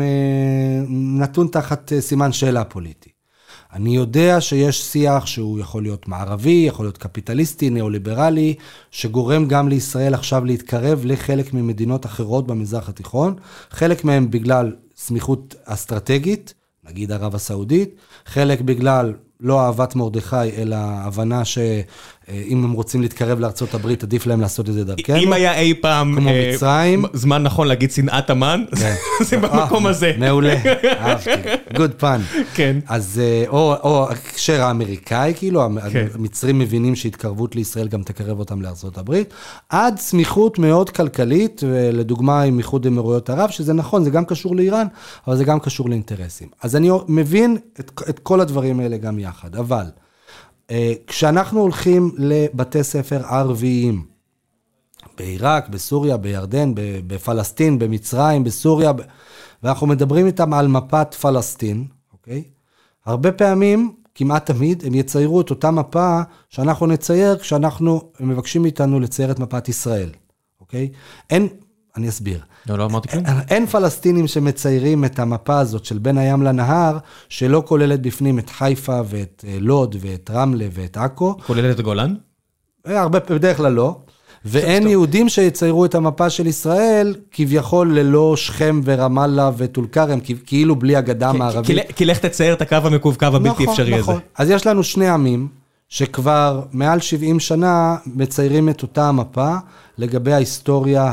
נתון תחת סימן שאלה פוליטי. אני יודע שיש שיח שהוא יכול להיות מערבי, יכול להיות קפיטליסטי, ניאו-ליברלי, שגורם גם לישראל עכשיו להתקרב לחלק ממדינות אחרות במזרח התיכון, חלק מהם בגלל סמיכות אסטרטגית, נגיד ערב הסעודית, חלק בגלל לא אהבת מרדכי, אלא הבנה שאם הם רוצים להתקרב לארצות הברית, עדיף להם לעשות את זה דרכנו. אם היה אי פעם כמו מצרים, זמן נכון להגיד שנאת המן, זה במקום הזה. מעולה, אהבתי. Good pun. כן. אז, או הקשר האמריקאי, כאילו, המצרים מבינים שהתקרבות לישראל גם תקרב אותם לארצות הברית, עד סמיכות מאוד כלכלית, ולדוגמה עם איחוד אמירויות ערב, שזה נכון, זה גם קשור לאיראן, אבל זה גם קשור לאינטרסים. אז אני מבין את כל הדברים האלה גם יחד, אבל כשאנחנו הולכים לבתי ספר ערביים, בעיראק, בסוריה, בירדן, בפלסטין, במצרים, בסוריה, ואנחנו מדברים איתם על מפת פלסטין, אוקיי? הרבה פעמים, כמעט תמיד, הם יציירו את אותה מפה שאנחנו נצייר כשאנחנו מבקשים מאיתנו לצייר את מפת ישראל, אוקיי? אין, אני אסביר. לא, לא אמרתי כלום. אין פלסטינים שמציירים את המפה הזאת של בין הים לנהר, שלא כוללת בפנים את חיפה ואת לוד ואת רמלה ואת עכו. כוללת את גולן? הרבה, בדרך כלל לא. ואין יהודים שיציירו את המפה של ישראל, כביכול ללא שכם ורמאללה וטול כרם, כאילו בלי הגדה המערבית. כי לך תצייר את הקו המקווקו הבלתי אפשרי הזה. נכון, נכון. אז יש לנו שני עמים, שכבר מעל שבעים שנה מציירים את אותה המפה, לגבי ההיסטוריה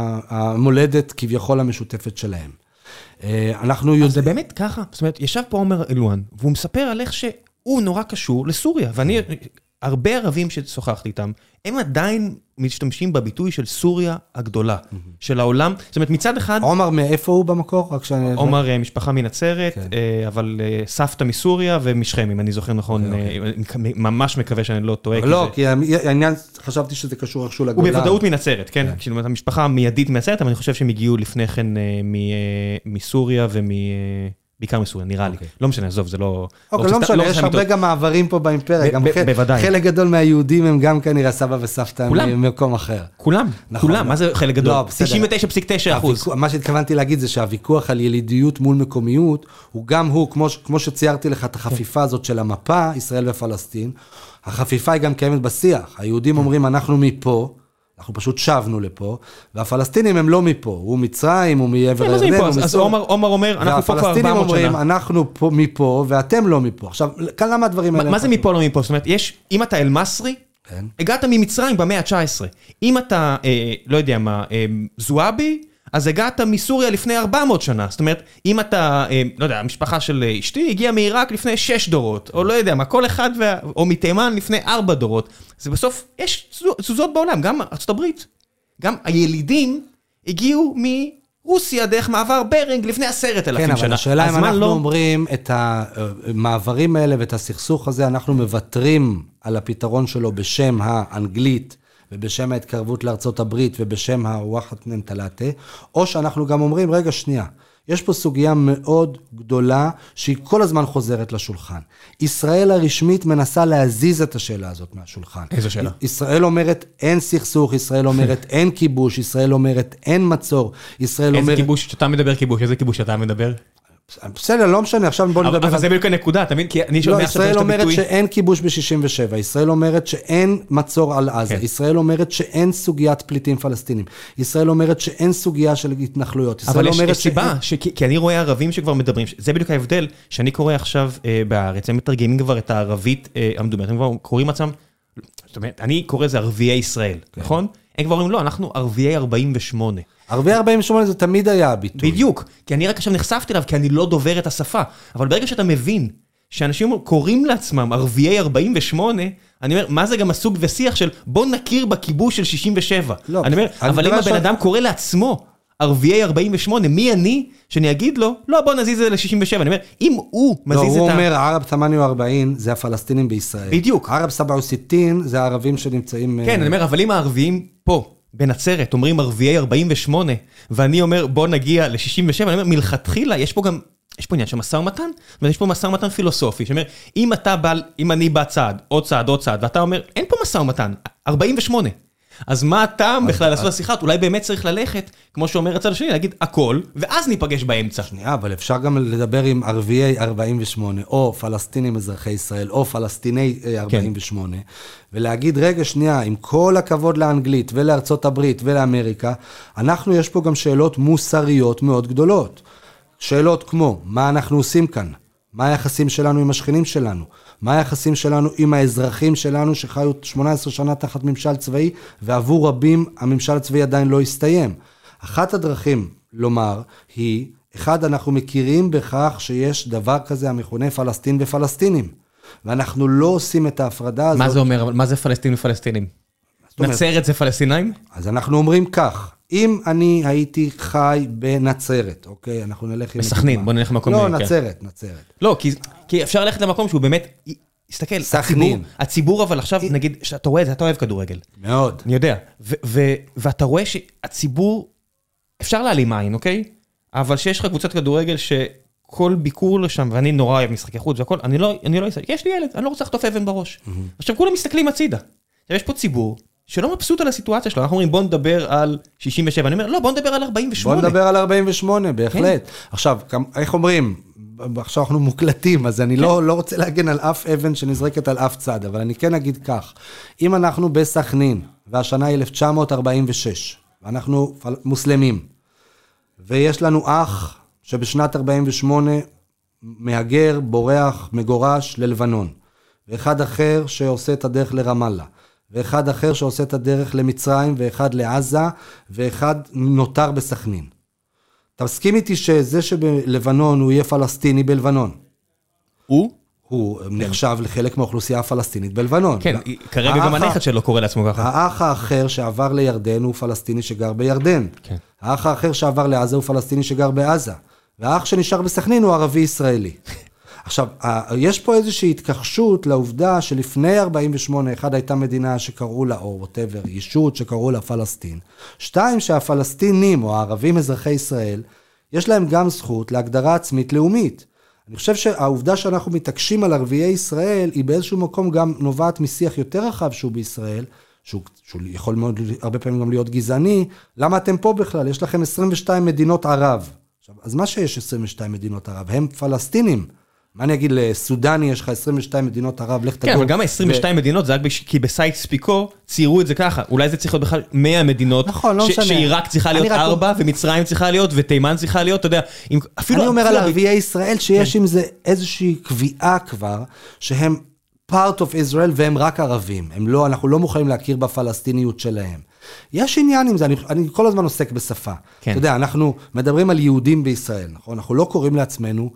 המולדת כביכול המשותפת שלהם. אנחנו יודעים... אז זה באמת ככה, זאת אומרת, ישב פה עומר אלואן, והוא מספר על איך שהוא נורא קשור לסוריה, ואני, הרבה ערבים ששוחחתי איתם, הם עדיין משתמשים בביטוי של סוריה הגדולה, של העולם, זאת אומרת, מצד אחד... עומר, מאיפה הוא במקור? עומר, משפחה מנצרת, אבל סבתא מסוריה ומשכם, אם אני זוכר נכון, ממש מקווה שאני לא טועה. לא, כי העניין, חשבתי שזה קשור איכשהו לגולה. הוא בוודאות מנצרת, כן? זאת אומרת, המשפחה המיידית מנצרת, אבל אני חושב שהם הגיעו לפני כן מסוריה ומ... בעיקר מסוריה, נראה לי. לא משנה, עזוב, זה לא... אוקיי, לא משנה, יש הרבה גם מעברים פה באימפריה. בוודאי. חלק גדול מהיהודים הם גם כנראה סבא וסבתא ממקום אחר. כולם, כולם, מה זה חלק גדול? תשעים ותשע נקודה תשע אחוז. מה שהתכוונתי להגיד זה שהוויכוח על ילידיות מול מקומיות, הוא גם הוא, כמו שציירתי לך את החפיפה הזאת של המפה, ישראל ופלסטין, החפיפה היא גם קיימת בשיח. היהודים אומרים, אנחנו מפה, אנחנו פשוט שבנו לפה, והפלסטינים הם לא מפה, הוא מצרים, הוא מעבר ירדן, הוא מסור. אז עומר אומר, אנחנו פה כבר ארבע מאות שנה. והפלסטינים אומרים, אנחנו מפה, ואתם לא מפה. עכשיו, כאן למה הדברים האלה? מה זה מפה לא מפה? זאת אומרת, יש, אם אתה אל-מסרי, הגעת ממצרים במאה ה-תשע עשרה. אם אתה, לא יודע מה, זועבי, אז הגעת מסוריה לפני ארבע מאות שנה. זאת אומרת, אם אתה, לא יודע, המשפחה של אשתי הגיעה מעיראק לפני שש דורות, או לא יודע מה, כל אחד, או מתימן לפני ארבע דורות. זה בסוף, יש תזוזות בעולם, גם ארצות הברית. גם הילידים הגיעו מרוסיה דרך מעבר ברינג לפני עשרת אלפים שנה. כן, אבל השאלה אם אנחנו אומרים את המעברים האלה ואת הסכסוך הזה, אנחנו מבטרים על הפתרון שלו בשם האנגלית, ובשם ההתקרבות לארצות הברית, ובשם הוואחת ננטלטה, או שאנחנו גם אומרים, רגע שנייה, יש פה סוגיה מאוד גדולה, שהיא כל הזמן חוזרת לשולחן. ישראל הרשמית מנסה להזיז את השאלה הזאת מהשולחן. איזו שאלה? ישראל אומרת, אין סכסוך, ישראל אומרת, אין כיבוש, ישראל אומרת, אין מצור, ישראל אומרת... איזה כיבוש, שאתה מדבר כיבוש, איזה כיבוש שאתה מדבר? בסדר, לא משנה, עכשיו בוא נדבר... אבל זה בדיוק הנקודה, אתה מבין? כי אני שומע עכשיו את הביטוי... ישראל אומרת שאין כיבוש ב-שישים ושבע, ישראל אומרת שאין מצור על עזה, ישראל אומרת שאין סוגיית פליטים פלסטינים, ישראל אומרת שאין סוגיה של התנחלויות, אבל יש סיבה, כי אני רואה ערבים שכבר מדברים, זה בדיוק ההבדל, שאני קורא עכשיו בארץ, הם מתרגמים כבר את הערבית המדוברת, הם כבר קוראים עצמם, זאת אומרת, אני קורא לזה ערביי ישראל, נכון? הם כבר אומרים, לא, אנחנו ערביי ארבעים ושמונה. ערביי ארבעים ושמונה זה תמיד היה הביטוי. בדיוק, כי אני רק עכשיו נחשפתי אליו, כי אני לא דובר את השפה. אבל ברגע שאתה מבין שאנשים קוראים לעצמם ערביי ארבעים ושמונה, אני אומר, מה זה גם הסוג ושיח של בוא נכיר בכיבוש של שישים ושבע. לא, אני אומר, אבל אם הבן אדם קורא לעצמו ערביי ארבעים ושמונה, מי אני שאני אגיד לו, לא, בוא נזיז את זה ל-שישים ושבע. אני אומר, אם הוא מזיז את ה... לא, הוא אומר, ערב תמניה וארבעים זה הפלסטינים בישראל. בדיוק. ערב סבע וסיטין זה הערבים שנמצאים... כן, אני אומר, אבל אם הערבים פה, בנצרת אומרים ערביי ארבעים ושמונה, ואני אומר בוא נגיע ל-שישים ושבע, אני אומר מלכתחילה, יש פה גם, יש פה עניין של מסע ומתן, ויש פה מסע ומתן פילוסופי, שאומר, אם אתה בא, אם אני בא צעד, עוד צעד, עוד צעד, ואתה אומר, אין פה מסע ומתן, ארבעים ושמונה. אז מה הטעם בכלל לעשות השיחה? אולי באמת צריך ללכת, כמו שאומר הצד השני, להגיד הכל, ואז ניפגש באמצע. שנייה, אבל אפשר גם לדבר עם ערביי ארבעים ושמונה, או פלסטינים אזרחי ישראל, או פלסטיני ארבעים ושמונה, ולהגיד, רגע, שנייה, עם כל הכבוד לאנגלית ולארצות הברית ולאמריקה, אנחנו יש פה גם שאלות מוסריות מאוד גדולות. שאלות כמו, מה אנחנו עושים כאן? מה היחסים שלנו עם השכנים שלנו? מה היחסים שלנו עם האזרחים שלנו שחיו שמונה עשרה שנה תחת ממשל צבאי, ועבור רבים הממשל הצבאי עדיין לא הסתיים. אחת הדרכים לומר היא, אחד, אנחנו מכירים בכך שיש דבר כזה המכונה פלסטין ופלסטינים, ואנחנו לא עושים את ההפרדה הזאת. מה זה אומר? מה זה פלסטין ופלסטינים? נצרת זה פלסטינאים? אז אנחנו אומרים כך, אם אני הייתי חי בנצרת, אוקיי, אנחנו נלך עם... בסכנין, בוא נלך למקום... לא, נצרת, נצרת. לא, כי, כי אפשר ללכת למקום שהוא באמת... תסתכל, הציבור, הציבור אבל עכשיו, נגיד, שאתה רואה את זה, אתה אוהב כדורגל. מאוד. אני יודע. ו- ו- ואתה רואה שהציבור, אפשר להעלים עין, אוקיי? אבל שיש לך קבוצת כדורגל שכל ביקור לשם, ואני נורא אוהב משחקי חוץ והכל, אני לא, אני לא, יש לי ילד, אני לא רוצה לחטוף אבן בראש. עכשיו, כולם מסתכלים הצידה. יש פה ציבור שלא מבסוט על הסיטואציה שלו. אנחנו אומרים, בוא נדבר על שישים ושבע. אני אומר, לא, בוא נדבר על ארבעים ושמונה. בוא נדבר על ארבעים ושמונה, בהחלט. עכשיו, איך אומרים? עכשיו אנחנו מוקלטים, אז אני לא, לא רוצה להגן על אף אבן שנזרקת על אף צד, אבל אני כן אגיד כך, אם אנחנו בסכנין, והשנה היא אלף תשע מאות ארבעים ושש, ואנחנו מוסלמים, ויש לנו אח שבשנת ארבעים ושמונה מהגר, בורח, מגורש ללבנון, ואחד אחר שעושה את הדרך לרמאללה, ואחד אחר שעושה את הדרך למצרים, ואחד לעזה, ואחד נותר בסכנין. תסכים איתי שזה שבלבנון הוא יהיה פלסטיני בלבנון. הוא? הוא נחשב לחלק מהאוכלוסייה הפלסטינית בלבנון. כן, כרגע גם הנכד שלו קורא לעצמו ככה. האח האחר שעבר לירדן הוא פלסטיני שגר בירדן. האח האחר שעבר לעזה הוא פלסטיני שגר בעזה. והאח שנשאר בסכנין הוא ערבי ישראלי. עכשיו, יש פה איזושהי התכחשות לעובדה שלפני ארבעים ושמונה, אחד הייתה מדינה שקראו לה, או whatever, ישות שקראו לה פלסטין. שתיים, שהפלסטינים או הערבים אזרחי ישראל, יש להם גם זכות להגדרה עצמית לאומית. אני חושב שהעובדה שאנחנו מתעקשים על ערביי ישראל, היא באיזשהו מקום גם נובעת משיח יותר רחב שהוא בישראל, שהוא, שהוא יכול מאוד, הרבה פעמים גם להיות גזעני. למה אתם פה בכלל? יש לכם עשרים ושתיים מדינות ערב. עכשיו, אז מה שיש עשרים ושתיים מדינות ערב? הם פלסטינים. מה אני אגיד לסודני, יש לך עשרים ושתיים מדינות ערב, לך תדור. כן, אבל גם ה-עשרים ושתיים מדינות, זה רק כי בסייקס פיקו ציירו את זה ככה. אולי זה צריך להיות בכלל מאה מדינות, שעיראק צריכה להיות ארבע, ומצרים צריכה להיות, ותימן צריכה להיות, אתה יודע, אני אומר על ערביי ישראל, שיש עם זה איזושהי קביעה כבר, שהם part of Israel, והם רק ערבים. אנחנו לא מוכנים להכיר בפלסטיניות שלהם. יש עניין עם זה, אני, אני כל הזמן עוסק בשפה. אתה יודע, אנחנו מדברים על יהודים בישראל, נכון? אנחנו לא קוראים לעצמנו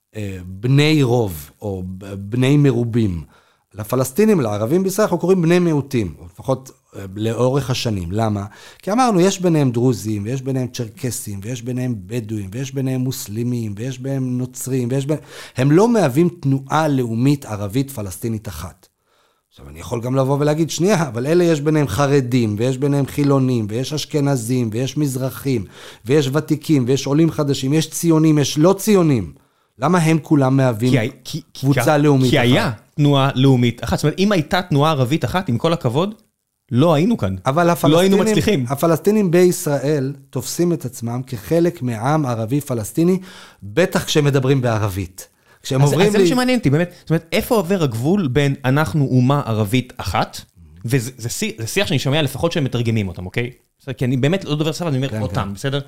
בני רוב, או בני מרובים. לפלסטינים, לערבים בישראל, אנחנו קוראים בני מיעוטים, או לפחות לאורך השנים. למה? כי אמרנו, יש ביניהם דרוזים, ויש ביניהם צ'רקסים, ויש ביניהם בדואים, ויש ביניהם מוסלמים, ויש ביניהם נוצרים, ויש ביניהם... הם לא מהווים תנועה לאומית ערבית פלסטינית אחת. עכשיו, אני יכול גם לבוא ולהגיד, שנייה, אבל אלה יש ביניהם חרדים, ויש ביניהם חילונים, ויש אשכנזים, ויש מזרחים, ויש ותיקים, ויש עולים חדשים, יש ציונים, יש לא ציונים. למה הם כולם מהווים כי, קבוצה כי, לאומית כי אחת? היה תנועה לאומית אחת. זאת אומרת, אם הייתה תנועה ערבית אחת, עם כל הכבוד, לא היינו כאן. אבל לא היינו מצליחים. הפלסטינים בישראל תופסים את עצמם כחלק מעם ערבי פלסטיני, בטח כשמדברים בערבית. כשהם אז, עוברים אז לי... זה שמעניין אותי, באמת. זאת אומרת, איפה עובר הגבול בין אנחנו אומה ערבית אחת, וזה זה, זה שיח שאני שומע לפחות שהם מתרגמים אותם, אוקיי? כי אני באמת לא דובר שפה, אני אומר כן, אותם, כן. בסדר?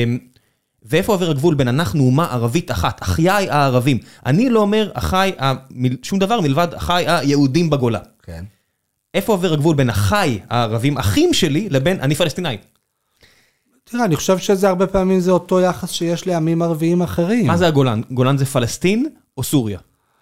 ואיפה עובר הגבול בין אנחנו אומה ערבית אחת, אחיי הערבים. אני לא אומר אחי, שום דבר מלבד אחי היהודים בגולה. כן. איפה עובר הגבול בין אחי הערבים, אחים שלי, לבין אני פלסטינאי? תראה, אני חושב שזה הרבה פעמים זה אותו יחס שיש לעמים ערביים אחרים. מה זה הגולן? גולן זה פלסטין או סוריה?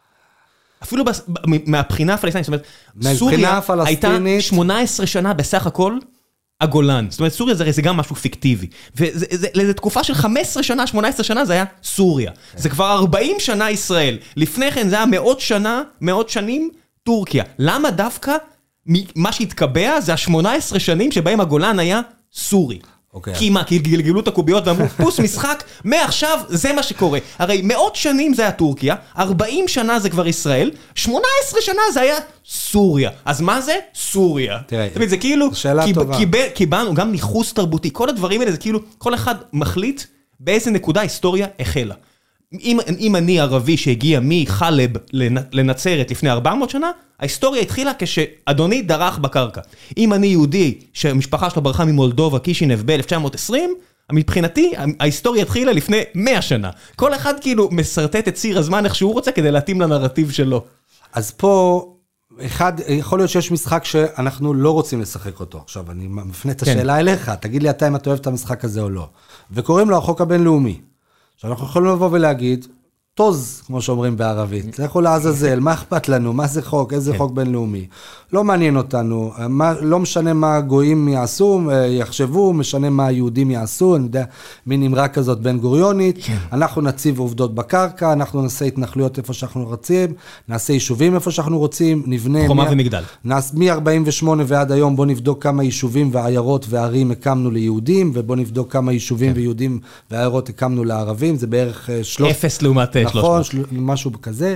אפילו מהבחינה הפלסטינית, זאת אומרת, סוריה הייתה שמונה עשרה שנה בסך הכל, הגולן. זאת אומרת, סוריה זה, זה גם משהו פיקטיבי. ולזה תקופה של חמש עשרה שנה, שמונה עשרה שנה, זה היה סוריה. זה כבר ארבעים שנה ישראל. לפני כן זה היה מאות שנה, מאות שנים, טורקיה. למה דווקא מה שהתקבע זה ה-שמונה עשרה שנים שבהם הגולן היה סורי. אוקיי. כי מה? כי גלגלו את הקוביות ואמרו, פוס משחק, מעכשיו זה מה שקורה. הרי מאות שנים זה היה טורקיה, ארבעים שנה זה כבר ישראל, שמונה עשרה שנה זה היה סוריה. אז מה זה? סוריה. תראה, זה כאילו, שאלה טובה. קיבלנו גם ניחוס תרבותי, כל הדברים האלה זה כאילו, כל אחד מחליט באיזה נקודה היסטוריה החלה. אם, אם אני ערבי שהגיע מחלב לנצרת לפני ארבע מאות שנה, ההיסטוריה התחילה כשאדוני דרך בקרקע. אם אני יהודי שהמשפחה שלו ברחה ממולדובה, קישינב ב-אלף תשע מאות עשרים, מבחינתי ההיסטוריה התחילה לפני מאה שנה. כל אחד כאילו מסרטט את ציר הזמן איך שהוא רוצה כדי להתאים לנרטיב שלו. אז פה, אחד, יכול להיות שיש משחק שאנחנו לא רוצים לשחק אותו. עכשיו, אני מפנה את השאלה אליך, תגיד לי אתה אם אתה אוהב את המשחק הזה או לא. וקוראים לו החוק הבינלאומי. שאנחנו יכולים לבוא ולהגיד, טוז, כמו שאומרים בערבית, לכו לעזאזל, מה אכפת לנו, מה זה חוק, איזה חוק בינלאומי, לא מעניין אותנו, מה, לא משנה מה הגויים יעשו, יחשבו, משנה מה היהודים יעשו, אני יודע, מין אמרה כזאת בן גוריונית, אנחנו נציב עובדות בקרקע, אנחנו נעשה התנחלויות איפה שאנחנו רוצים, נעשה יישובים איפה שאנחנו רוצים, נבנה... חומה ומגדל. מ-ארבעים ושמונה ועד היום בוא נבדוק כמה יישובים ועיירות וערים הקמנו ליהודים, ובוא נבדוק כמה יישובים ויהודים ועיירות הקמנו לערבים, זה בערך שלוש... אפס לעומת נכון, משהו כזה.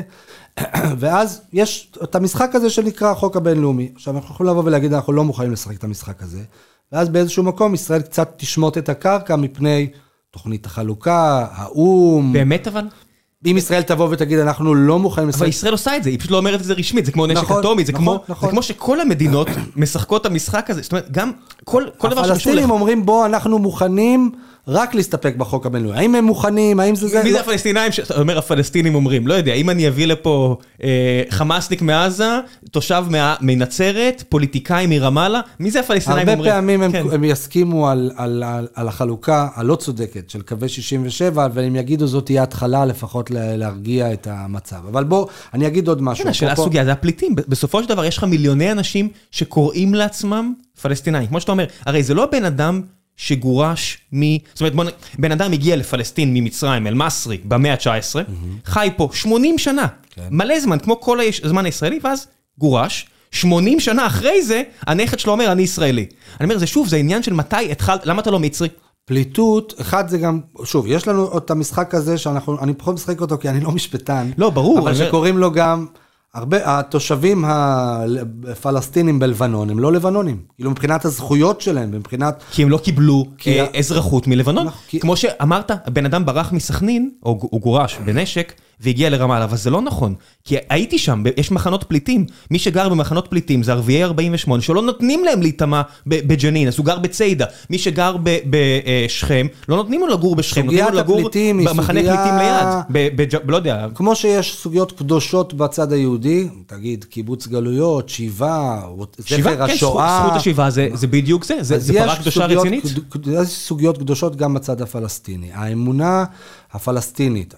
ואז יש את המשחק הזה שנקרא החוק הבינלאומי. עכשיו אנחנו יכולים לבוא ולהגיד, אנחנו לא מוכנים לשחק את המשחק הזה. ואז באיזשהו מקום ישראל קצת תשמוט את הקרקע מפני תוכנית החלוקה, האום. באמת אבל? אם ישראל תבוא ותגיד, אנחנו לא מוכנים לשחק. אבל ישראל עושה את זה, היא פשוט לא אומרת את זה רשמית, זה כמו נשק אטומי, זה כמו שכל המדינות משחקות את המשחק הזה. זאת אומרת, גם כל דבר שקשור... הפלסטינים אומרים, בוא, אנחנו מוכנים רק להסתפק בחוק הבינלאומי. האם הם מוכנים, האם זה זה... מי זה הפלסטינאים שאתה אומר, הפלסטינים אומרים, לא יודע, אם אני אביא לפה חמאסניק מעזה, תושב מנצרת, פוליטיקאי מרמאללה, מי זה הפלסטינאים אומרים? הרבה פעמים הם יסכימו על החלוקה הלא צודקת של קווי שישים ושבע, והם יגידו זאת תהיה התחלה לפחות להרגיע את המצב. אבל בוא, אני אגיד עוד משהו. כן, השאלה הסוגיה, זה הפליטים. בסופו של דבר, יש לך מיליוני אנשים שקוראים לעצמם פלסטינאים. כמו שאתה אומר, הרי זה לא בן אדם שגורש מ... זאת אומרת, בוא... בן אדם הגיע לפלסטין ממצרים, אל-מסרי, במאה ה-תשע עשרה, חי פה שמונים שנה, מלא זמן, כמו כל הזמן הישראלי, ואז גורש, שמונים שנה אחרי זה, הנכד שלו אומר, אני ישראלי. אני אומר, זה שוב, זה עניין של מתי התחלת, למה אתה לא מצרי? פליטות, אחד זה גם, שוב, יש לנו את המשחק הזה, שאנחנו, אני פחות משחק אותו, כי אני לא משפטן. לא, ברור. אבל שקוראים לו גם... הרבה, התושבים הפלסטינים בלבנון, הם לא לבנונים. כאילו מבחינת הזכויות שלהם, מבחינת... כי הם לא קיבלו אזרחות מלבנון. כמו שאמרת, בן אדם ברח מסכנין, או הוא גורש בנשק, והגיע לרמאללה, אבל זה לא נכון. כי הייתי שם, יש מחנות פליטים. מי שגר במחנות פליטים זה ערביי ארבעים ושמונה, שלא נותנים להם להתאמה בג'נין, אז הוא גר בציידה. מי שגר בשכם, לא נותנים לו לגור בשכם, נותנים לו לגור במחנה פליטים ליד. לא יודע. כמו שיש סוגיות קדושות בצד היהודי, תגיד, קיבוץ גלויות, שיבה, זכר השואה. זכות השיבה זה בדיוק זה, זה פרה קדושה רצינית. יש סוגיות קדושות גם בצד הפלסטיני. האמונה הפלסטינית,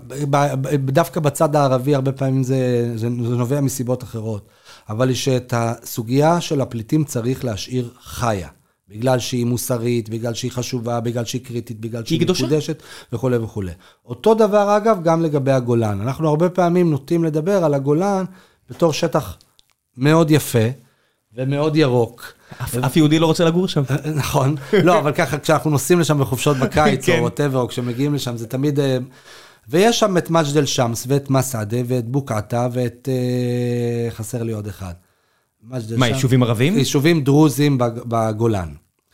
דווקא בצד הערבי הרבה פעמים זה, זה, זה נובע מסיבות אחרות, אבל שאת הסוגיה של הפליטים צריך להשאיר חיה, בגלל שהיא מוסרית, בגלל שהיא חשובה, בגלל שהיא קריטית, בגלל שהיא מקודשת וכו' וכו'. אותו דבר אגב גם לגבי הגולן, אנחנו הרבה פעמים נוטים לדבר על הגולן בתור שטח מאוד יפה ומאוד ירוק. אף יהודי לא רוצה לגור שם. נכון, לא, אבל ככה כשאנחנו נוסעים לשם בחופשות בקיץ או whatever, או כשמגיעים לשם זה תמיד... ויש שם את מג'דל שמס, ואת מסעדה, ואת בוקעתה, ואת... חסר לי עוד אחד. מה, יישובים ערבים? יישובים דרוזים בגולן.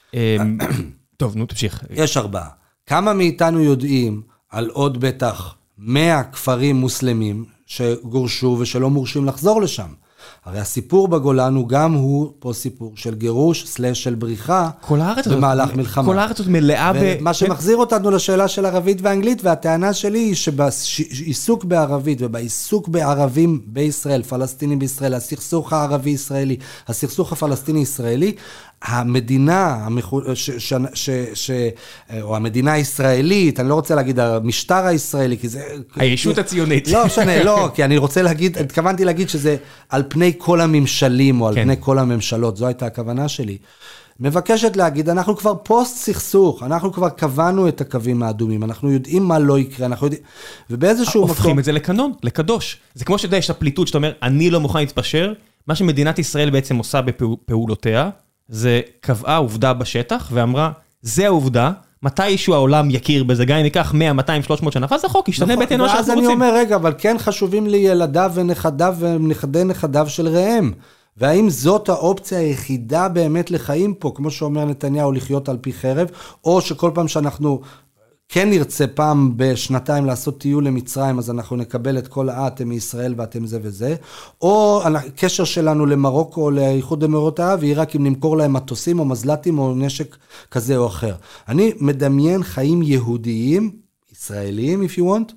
טוב, נו, תמשיך. יש ארבעה. כמה מאיתנו יודעים על עוד בטח מאה כפרים מוסלמים שגורשו ושלא מורשים לחזור לשם? הרי הסיפור בגולן הוא גם הוא פה סיפור של גירוש סלש של בריחה במהלך מלחמה. כל הארץ הזאת מלאה ב... מה שמחזיר אותנו לשאלה של ערבית ואנגלית, והטענה שלי היא שבעיסוק בערבית ובעיסוק בערבים בישראל, פלסטינים בישראל, הסכסוך הערבי-ישראלי, הסכסוך הפלסטיני-ישראלי, המדינה, ש, ש, ש, ש, או המדינה הישראלית, אני לא רוצה להגיד המשטר הישראלי, כי זה... הישות הציונית. לא, שנה, לא, כי אני רוצה להגיד, התכוונתי להגיד שזה על פני כל הממשלים, או על כן. פני כל הממשלות, זו הייתה הכוונה שלי. מבקשת להגיד, אנחנו כבר פוסט סכסוך, אנחנו כבר קבענו את הקווים האדומים, אנחנו יודעים מה לא יקרה, אנחנו יודעים, ובאיזשהו מקום... הופכים את זה לקנון, לקדוש. זה כמו שדי, יש הפליטות שאתה אומר, אני לא מוכן להתפשר, מה שמדינת ישראל בעצם עושה בפעולותיה, זה קבעה עובדה בשטח, ואמרה, זה העובדה, מתישהו העולם יכיר בזה, גם אם ייקח מאה, מאתיים, שלוש מאות שנה, ואז החוק ישתנה בהתאם מה שאנחנו רוצים. ואז אני אומר, רגע, אבל כן חשובים לי ילדיו ונכדיו ונכדי נכדיו של ראם. והאם זאת האופציה היחידה באמת לחיים פה, כמו שאומר נתניהו, לחיות על פי חרב, או שכל פעם שאנחנו כן נרצה פעם בשנתיים לעשות טיול למצרים, אז אנחנו נקבל את כל האתם מישראל ואתם זה וזה, או הקשר שלנו למרוקו או לאיחוד אמירויות ערב, יהיה רק אם נמכור להם מטוסים או מזל"טים או נשק כזה או אחר. אני מדמיין חיים יהודיים, ישראליים if you want,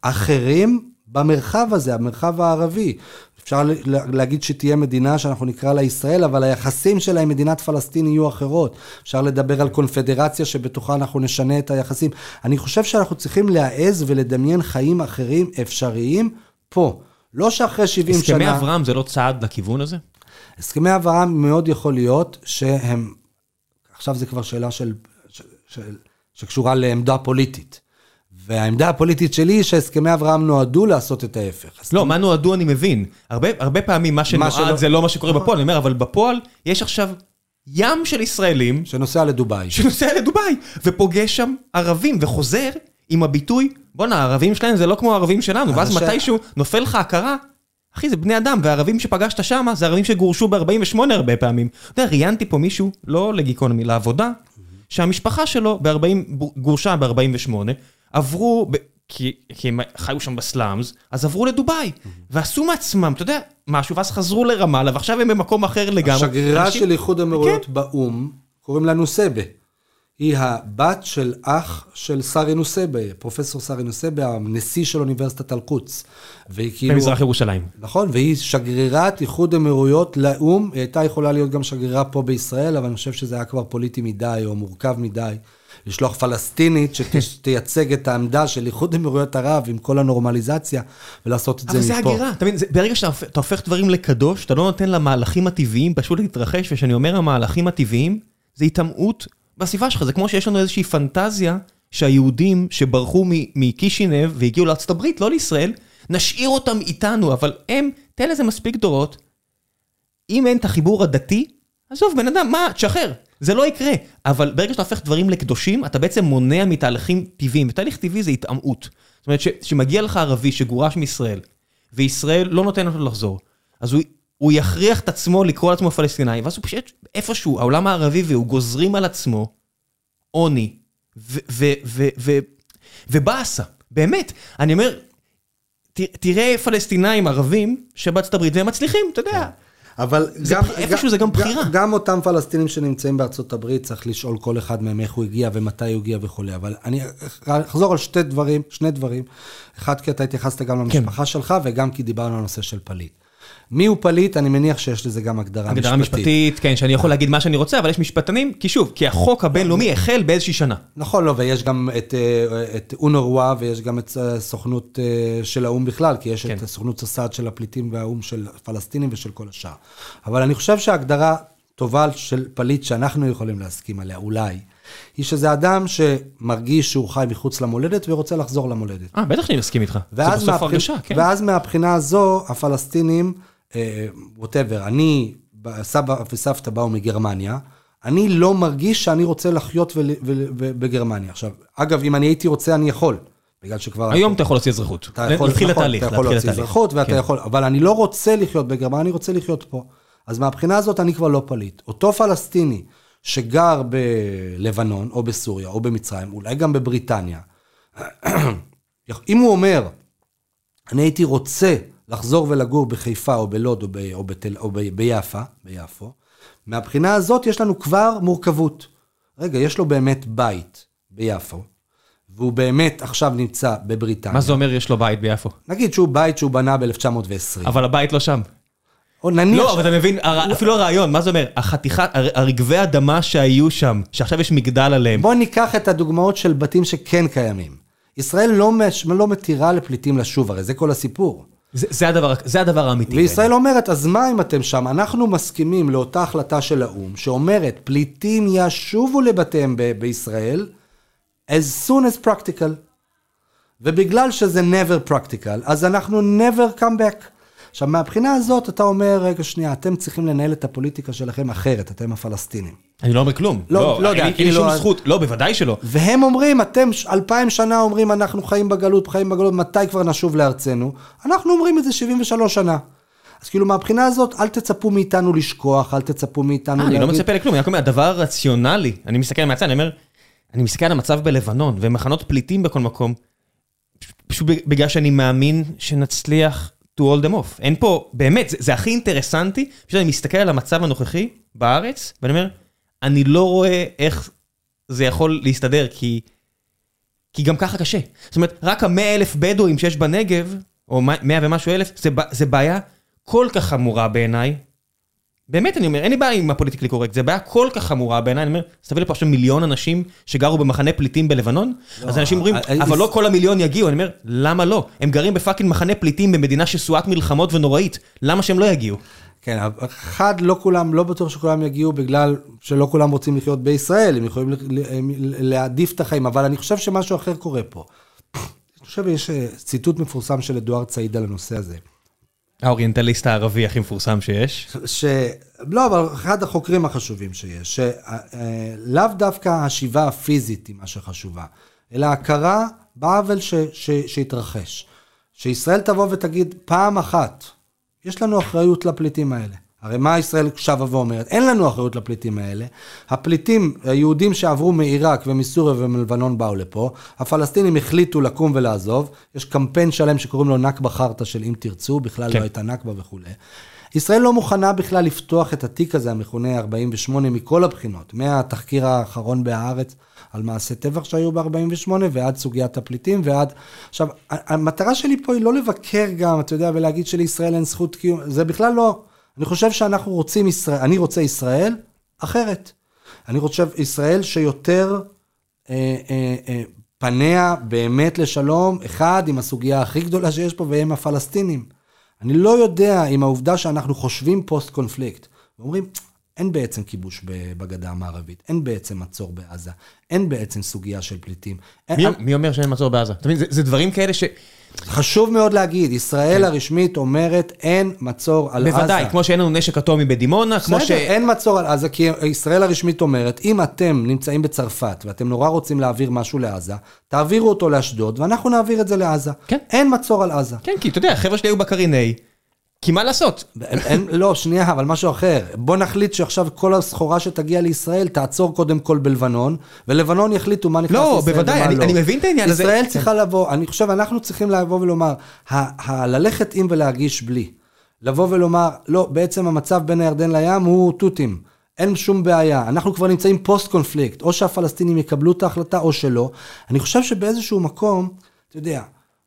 אחרים במרחב הזה, המרחב הערבי. אפשר להגיד שתהיה מדינה שאנחנו נקרא לה ישראל, אבל היחסים שלה עם מדינת פלסטין יהיו אחרות. אפשר לדבר על קונפדרציה שבתוכה אנחנו נשנה את היחסים. אני חושב שאנחנו צריכים להעז ולדמיין חיים אחרים אפשריים פה. לא שאחרי שבעים שנה... הסכמי אברהם זה לא צעד לכיוון הזה? הסכמי אברהם מאוד יכול להיות שהם... עכשיו זה כבר שאלה של... של... של... שקשורה לעמדה פוליטית. והעמדה הפוליטית שלי היא שהסכמי אברהם נועדו לעשות את ההפך. לא, מה נועדו אני מבין. הרבה, הרבה פעמים מה שנועד זה לא מה שקורה בפועל. אני אומר, אבל בפועל יש עכשיו ים של ישראלים... שנוסע לדוביי. שנוסע לדוביי, ופוגש שם ערבים, וחוזר עם הביטוי, בוא נה, הערבים שלהם זה לא כמו הערבים שלנו, ואז מתישהו נופל לך הכרה, אחי, זה בני אדם, והערבים שפגשת שם, זה ערבים שגורשו ב-ארבעים ושמונה הרבה פעמים. אתה יודע, ראיינתי פה מישהו, לא לגיקונומי, לעבודה, שהמשפחה שלו גורשה ב-ארבעים ושמונה, עברו, כי, כי הם חיו שם בסלאמס, אז עברו לדוביי, ועשו מעצמם, אתה יודע, משהו, ואז חזרו לרמאללה, ועכשיו הם במקום אחר לגמרי. השגרירה אנשים... של איחוד האמירויות כן. באום, קוראים לה נוסבה. היא הבת של אח של סארי נוסבה, פרופסור סארי נוסבה, הנשיא של אוניברסיטת אל-קודס. כאילו... במזרח ירושלים. נכון, והיא שגרירת איחוד האמירויות לאום, היא הייתה יכולה להיות גם שגרירה פה בישראל, אבל אני חושב שזה היה כבר פוליטי מדי, או מורכב מדי. לשלוח פלסטינית שתייצג את העמדה של איחוד אמירויות ערב עם כל הנורמליזציה, ולעשות את זה מפה. אבל זה הגירה, אתה מבין, ברגע שאתה הופך דברים לקדוש, אתה לא נותן למהלכים הטבעיים פשוט להתרחש, ושאני אומר המהלכים הטבעיים, זה התאמות בסביבה שלך, זה כמו שיש לנו איזושהי פנטזיה, שהיהודים שברחו מקישינב והגיעו לארצות הברית, לא לישראל, נשאיר אותם איתנו, אבל הם, תן לזה מספיק דורות, אם אין את החיבור הדתי, עזוב, בן אדם, מה, תשחרר. זה לא יקרה, אבל ברגע שאתה הופך דברים לקדושים, אתה בעצם מונע מתהליכים טבעיים, ותהליך טבעי זה התאמות. זאת אומרת, ש, שמגיע לך ערבי שגורש מישראל, וישראל לא נותן לו לחזור, אז הוא, הוא יכריח את עצמו לקרוא לעצמו פלסטיני, ואז הוא פשוט איפשהו, העולם הערבי, והוא גוזרים על עצמו עוני, ו, ו, ו, ו, ובאסה. באמת, אני אומר, ת, תראה פלסטינאים ערבים שבארצות הברית, והם מצליחים, אתה יודע, אבל זה, גם, איפשהו זה גם בחירה. גם, גם אותם פלסטינים שנמצאים בארצות הברית, צריך לשאול כל אחד מהם איך הוא הגיע ומתי הוא הגיע וכו'. אבל אני אחזור על שתי דברים, שני דברים. אחד, כי אתה התייחסת גם למשפחה כן. שלך, וגם כי דיברנו על נושא של פליט. מי הוא פליט? אני מניח שיש לזה גם הגדרה, הגדרה משפטית. הגדרה משפטית, כן, שאני יכול להגיד מה שאני רוצה, אבל יש משפטנים, כי שוב, כי החוק הבינלאומי החל באיזושהי שנה. נכון, לא, ויש גם את, את אונרווה, ויש גם את סוכנות של האום בכלל, כי יש כן. את סוכנות הסעד של הפליטים והאום של פלסטינים ושל כל השאר. אבל אני חושב שההגדרה טובה של פליט שאנחנו יכולים להסכים עליה, אולי, היא שזה אדם שמרגיש שהוא חי מחוץ למולדת ורוצה לחזור למולדת. אה, בטח שאני מסכים איתך. ואז, זה מהבח... הרגשה, כן. ואז מהבחינה הזו, הפלסטינים, whatever, אני, סבא וסבתא באו מגרמניה, אני לא מרגיש שאני רוצה לחיות ו... ו... ו... בגרמניה. עכשיו, אגב, אם אני הייתי רוצה, אני יכול. בגלל שכבר... היום אתה יכול להוציא אזרחות. אתה יכול, להתחיל נכון, לתהליך. אתה יכול להוציא אזרחות, ואתה כן. יכול... אבל אני לא רוצה לחיות בגרמניה, אני רוצה לחיות פה. אז מהבחינה הזאת אני כבר לא פליט. אותו פלסטיני שגר בלבנון, או בסוריה, או במצרים, אולי גם בבריטניה, אם הוא אומר, אני הייתי רוצה לחזור ולגור בחיפה, או בלוד, או, ב, או, בתל, או ב, ביפה, ביפו, מהבחינה הזאת יש לנו כבר מורכבות. רגע, יש לו באמת בית ביפו, והוא באמת עכשיו נמצא בבריטניה. מה זה אומר יש לו בית ביפו? נגיד שהוא בית שהוא בנה ב-אלף תשע מאות ועשרים. אבל הבית לא שם. או נניח... לא, אבל אתה מבין, אפילו הרעיון, מה זה אומר? החתיכה, הרגבי אדמה שהיו שם, שעכשיו יש מגדל עליהם. בוא ניקח את הדוגמאות של בתים שכן קיימים. ישראל לא, מש... לא מתירה לפליטים לשוב, הרי זה כל הסיפור. זה, זה הדבר, זה הדבר האמיתי. וישראל אומרת, אז מה אם אתם שם? אנחנו מסכימים לאותה החלטה של האום, שאומרת, פליטים ישובו לבתיהם ב- בישראל, as soon as practical. ובגלל שזה never practical, אז אנחנו never come back. עכשיו, מהבחינה הזאת, אתה אומר, רגע שנייה, אתם צריכים לנהל את הפוליטיקה שלכם אחרת, אתם הפלסטינים. אני לא אומר כלום. לא, לא יודע, אין לי שום זכות. לא, בוודאי שלא. והם אומרים, אתם אלפיים שנה אומרים, אנחנו חיים בגלות, חיים בגלות, מתי כבר נשוב לארצנו? אנחנו אומרים את זה שבעים ושלוש שנה. אז כאילו, מהבחינה הזאת, אל תצפו מאיתנו לשכוח, אל תצפו מאיתנו להגיד... אני לא מצפה לכלום, אני רק אומר, הדבר הרציונלי, אני מסתכל מהצד, אני אומר, אני מסתכל על המצב בלבנון, ומחנות פליטים בכל מקום, פשוט בגלל שאני מאמין שנצליח to hold them off. אין פה, באמת, זה, זה הכי אינטרסנטי, פשוט אני מסתכל על המצב הנוכחי בארץ, ואני אומר, אני לא רואה איך זה יכול להסתדר, כי, כי גם ככה קשה. זאת אומרת, רק המאה אלף בדואים שיש בנגב, או מאה ומשהו אלף, זה, זה בעיה כל כך חמורה בעיניי. באמת אני אומר, אין לי בעיה עם הפוליטיקלי קורקט, זה בעיה כל כך חמורה בעיניי, אני אומר, סתביא לפה עכשיו מיליון אנשים שגרו במחנה פליטים בלבנון, אז אנשים אומרים, אבל לא כל המיליון יגיעו, אני אומר, למה לא? הם גרים בפאקינג מחנה פליטים במדינה שסועת מלחמות ונוראית, למה שהם לא יגיעו? כן, אחד, לא כולם, לא בטוח שכולם יגיעו בגלל שלא כולם רוצים לחיות בישראל, הם יכולים להעדיף את החיים, אבל אני חושב שמשהו אחר קורה פה. אני חושב שיש ציטוט מפורסם של אדוארד סעיד על הנושא הזה. האוריינטליסט הערבי הכי מפורסם שיש. ש... לא, אבל אחד החוקרים החשובים שיש, שלאו דווקא השיבה הפיזית היא מה שחשובה, אלא הכרה בעוול ש... ש... שהתרחש. שישראל תבוא ותגיד פעם אחת, יש לנו אחריות לפליטים האלה. הרי מה ישראל שווה ואומרת? אין לנו אחריות לפליטים האלה. הפליטים, היהודים שעברו מעיראק ומסוריה ומלבנון באו לפה, הפלסטינים החליטו לקום ולעזוב, יש קמפיין שלם שקוראים לו נקבה חרטה של אם תרצו, בכלל כן. לא הייתה נקבה וכו'. ישראל לא מוכנה בכלל לפתוח את התיק הזה, המכונה ארבעים ושמונה, מכל הבחינות, מהתחקיר האחרון בהארץ, על מעשי טבח שהיו ב-ארבעים ושמונה, ועד סוגיית הפליטים, ועד... עכשיו, המטרה שלי פה היא לא לבקר גם, אתה יודע, ולהגיד שלישראל אין זכות קיום, זה בכלל לא... אני חושב שאנחנו רוצים ישראל, אני רוצה ישראל אחרת. אני חושב ישראל שיותר אה, אה, אה, פניה באמת לשלום, אחד עם הסוגיה הכי גדולה שיש פה, והם הפלסטינים. אני לא יודע עם העובדה שאנחנו חושבים פוסט קונפליקט, ואומרים, אין בעצם כיבוש בגדה המערבית, אין בעצם מצור בעזה, אין בעצם סוגיה של פליטים. מי, אין, מי אומר שאין מצור בעזה? אתה מבין, זה, זה דברים כאלה ש... חשוב מאוד להגיד, ישראל כן. הרשמית אומרת, אין מצור על בוודאי, עזה. בוודאי, כמו שאין לנו נשק אטומי בדימונה, כמו ש... אין מצור על עזה, כי ישראל הרשמית אומרת, אם אתם נמצאים בצרפת, ואתם נורא רוצים להעביר משהו לעזה, תעבירו אותו לאשדוד, ואנחנו נעביר את זה לעזה. כן. אין מצור על עזה. כן, כי אתה יודע, החבר'ה שלי היו בקריני, כי מה לעשות? אין, לא, שנייה, אבל משהו אחר. בוא נחליט שעכשיו כל הסחורה שתגיע לישראל, תעצור קודם כל בלבנון, ולבנון יחליטו מה נכנס לא, לישראל בוודאי, אני, לא. אני מבין את העניין הזה. ישראל צריכה לבוא, אני חושב, אנחנו צריכים לבוא ולומר, ה- ה- ללכת עם ולהגיש בלי. לבוא ולומר, לא, בעצם המצב בין הירדן לים הוא טוטים. אין שום בעיה. אנחנו כבר נמצאים פוסט קונפליקט. או שהפלסטינים יקבלו את ההחלטה או שלא. אני חושב שבאיזשהו מקום, אתה יודע,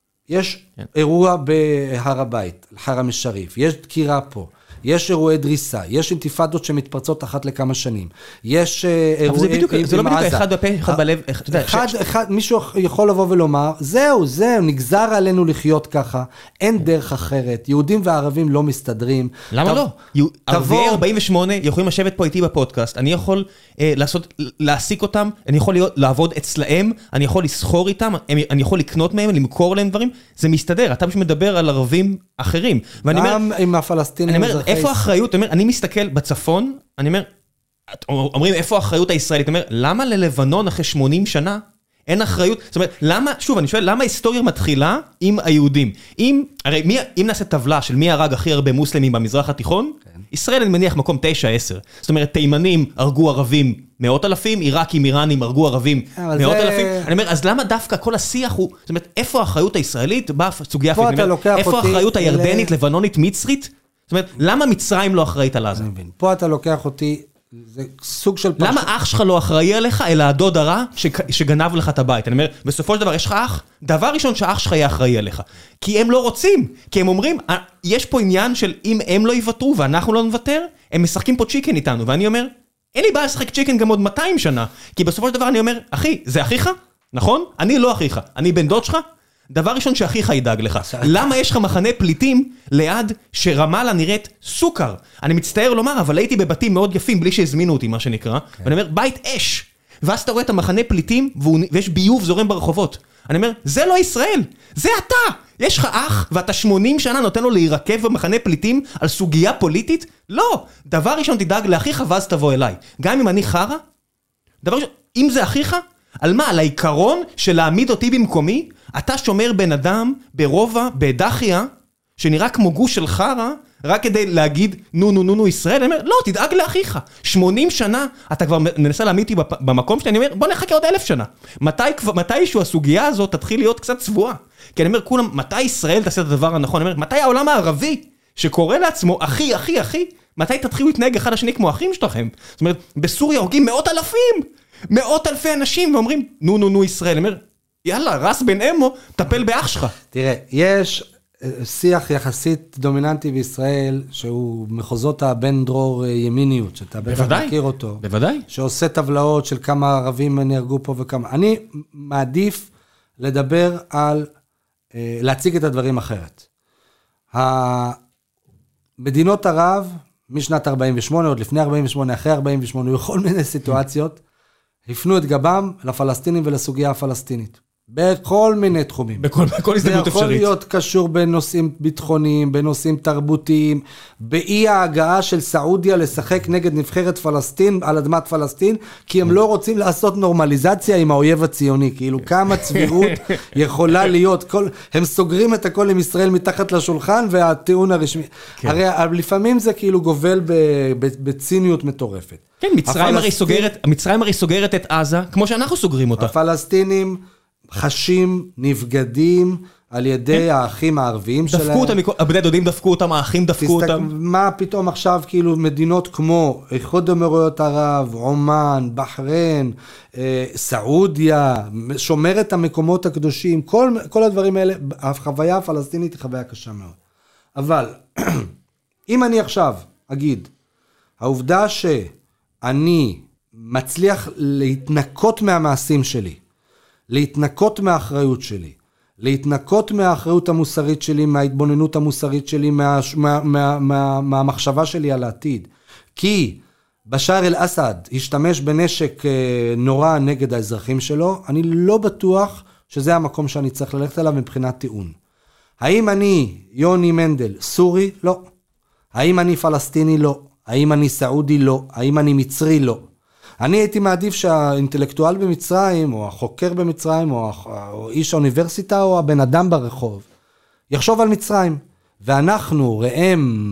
יש כן. אירוע בהר הבית, חרם א-שריף, יש דקירה פה, יש אירועי דריסה, יש אינתיפאדות שמתפרצות אחת לכמה שנים, יש אירועי... זה בדיוק, זה לא בדיוק אחד בפה, אחד בלב, אתה יודע... אחד, אחד, מישהו יכול לבוא ולומר, זהו, זהו, נגזר עלינו לחיות ככה, אין דרך אחרת, יהודים וערבים לא מסתדרים. למה לא? ערבי ארבעים ושמונה יכולים לשבת פה איתי בפודקאסט, אני יכול לעשות, להעסיק אותם, אני יכול לעבוד אצלהם, אני יכול לסחור איתם, אני יכול לקנות מהם, למכור להם דברים, זה מסתדר, אתה פשוט מדבר על ערבים אחרים. גם עם הפלסטינים. איפה האחריות? אני מסתכל בצפון, אני אומר, אומרים איפה האחריות הישראלית? אני אומר, למה ללבנון אחרי שמונים שנה אין אחריות? זאת אומרת, למה, שוב, אני שואל, למה ההיסטוריה מתחילה עם היהודים? אם, הרי, מי, אם נעשה טבלה של מי הרג הכי הרבה מוסלמים במזרח התיכון, כן. ישראל אני מניח מקום תשע עשר. זאת אומרת, תימנים הרגו ערבים מאות אלפים, עיראקים, איראנים הרגו ערבים מאות זה... אלפים. אני אומר, אז למה דווקא כל השיח הוא, זאת אומרת, איפה האחריות הישראלית? בסוגיה הפית, איפה האחריות הירדנית, לבנונית, מצרית? זאת אומרת, למה מצרים לא אחראית על עזה? פה אתה לוקח אותי, זה סוג של... למה אח שלך לא אחראי עליך, אלא הדוד הרע שגנב לך את הבית? אני אומר, בסופו של דבר, יש לך אח? דבר ראשון שאח שלך יהיה אחראי עליך. כי הם לא רוצים. כי הם אומרים, יש פה עניין של אם הם לא יוותרו ואנחנו לא נוותר, הם משחקים פה צ'יקן איתנו. ואני אומר, אין לי בעיה לשחק צ'יקן גם עוד מאתיים שנה. כי בסופו של דבר אני אומר, אחי, זה אחיך? נכון? אני לא אחיך. אני בן דוד שלך? דבר ראשון שאחיך ידאג לך. למה יש לך מחנה פליטים ליד שרמאללה נראית סוכר? אני מצטער לומר, אבל הייתי בבתים מאוד יפים בלי שהזמינו אותי, מה שנקרא. ואני אומר, בית אש. ואז אתה רואה את המחנה פליטים ויש ביוב זורם ברחובות. אני אומר, זה לא ישראל, זה אתה. יש לך אח, ואתה שמונים שנה נותן לו להירקב במחנה פליטים על סוגיה פוליטית? לא. דבר ראשון תדאג לאחיך, ואז תבוא אליי. גם אם אני חרה, דבר ראשון, אם זה אחיך, על מה? על העיקרון של להעמיד אותי במקומי? אתה שומר בן אדם ברובע, בדחיה, שנראה כמו גוש של חרה, רק כדי להגיד, נו, נו, נו, נו, ישראל, אני אומר, לא, תדאג לאחיך. שמונים שנה, אתה כבר מנסה להעמיד אותי במקום שלי, אני אומר, בוא נחכה עוד אלף שנה. מתי, מתישהו הסוגיה הזאת תתחיל להיות קצת צבועה? כי אני אומר, כולם, מתי ישראל תעשה את הדבר הנכון? אני אומר, מתי העולם הערבי, שקורא לעצמו, אחי, אחי, אחי, מתי תתחילו להתנהג אחד לשני כמו אחים שלכם? זאת אומרת, בסוריה הורגים מאות אלפים, מאות אלפי אנשים, ואומרים, נו, נו, נו, ישראל. אני אומר, יאללה, רס בן אמו, טפל באח שלך. תראה, יש שיח יחסית דומיננטי בישראל, שהוא מחוזות הבן דרור ימיניות, שאתה בטח מכיר אותו. בוודאי. שעושה טבלאות של כמה ערבים נהרגו פה וכמה. אני מעדיף לדבר על, להציג את הדברים אחרת. המדינות ערב, משנת ארבעים ושמונה, עוד לפני ארבעים ושמונה, אחרי ארבעים ושמונה, בכל מיני סיטואציות, הפנו את גבם לפלסטינים ולסוגיה הפלסטינית. בכל מיני תחומים. בכל, בכל הזדמנות אפשרית. זה יכול להיות קשור בנושאים ביטחוניים, בנושאים תרבותיים, באי ההגעה של סעודיה לשחק נגד נבחרת פלסטין, על אדמת פלסטין, כי הם לא רוצים לעשות נורמליזציה עם האויב הציוני, כאילו כמה צביעות יכולה להיות, כל, הם סוגרים את הכל עם ישראל מתחת לשולחן, והטיעון הרשמי. כן. הרי לפעמים זה כאילו גובל ב, ב, בציניות מטורפת. כן, מצרים הרי סוגרת, מצרים הרי סוגרת את עזה, כמו שאנחנו סוגרים אותה. הפלסטינים חשים, נבגדים על ידי האחים הערביים שלהם. דפקו אותם, הבני דודים דפקו אותם, האחים דפקו אותם. מה פתאום עכשיו כאילו מדינות כמו איחוד האמירויות ערב, עומן, בחריין, סעודיה, שומרת המקומות הקדושים, כל, כל הדברים האלה, החוויה הפלסטינית היא חוויה קשה מאוד. אבל אם אני עכשיו אגיד, העובדה שאני מצליח להתנקות מהמעשים שלי, להתנקות מהאחריות שלי, להתנקות מהאחריות המוסרית שלי, מההתבוננות המוסרית שלי, מה, מה, מה, מה, מהמחשבה שלי על העתיד. כי בשאר אל-אסד השתמש בנשק נורא נגד האזרחים שלו, אני לא בטוח שזה המקום שאני צריך ללכת אליו מבחינת טיעון. האם אני, יוני מנדל, סורי? לא. האם אני פלסטיני? לא. האם אני סעודי? לא. האם אני מצרי? לא. אני הייתי מעדיף שהאינטלקטואל במצרים, או החוקר במצרים, או, או איש האוניברסיטה, או הבן אדם ברחוב, יחשוב על מצרים. ואנחנו, ראם...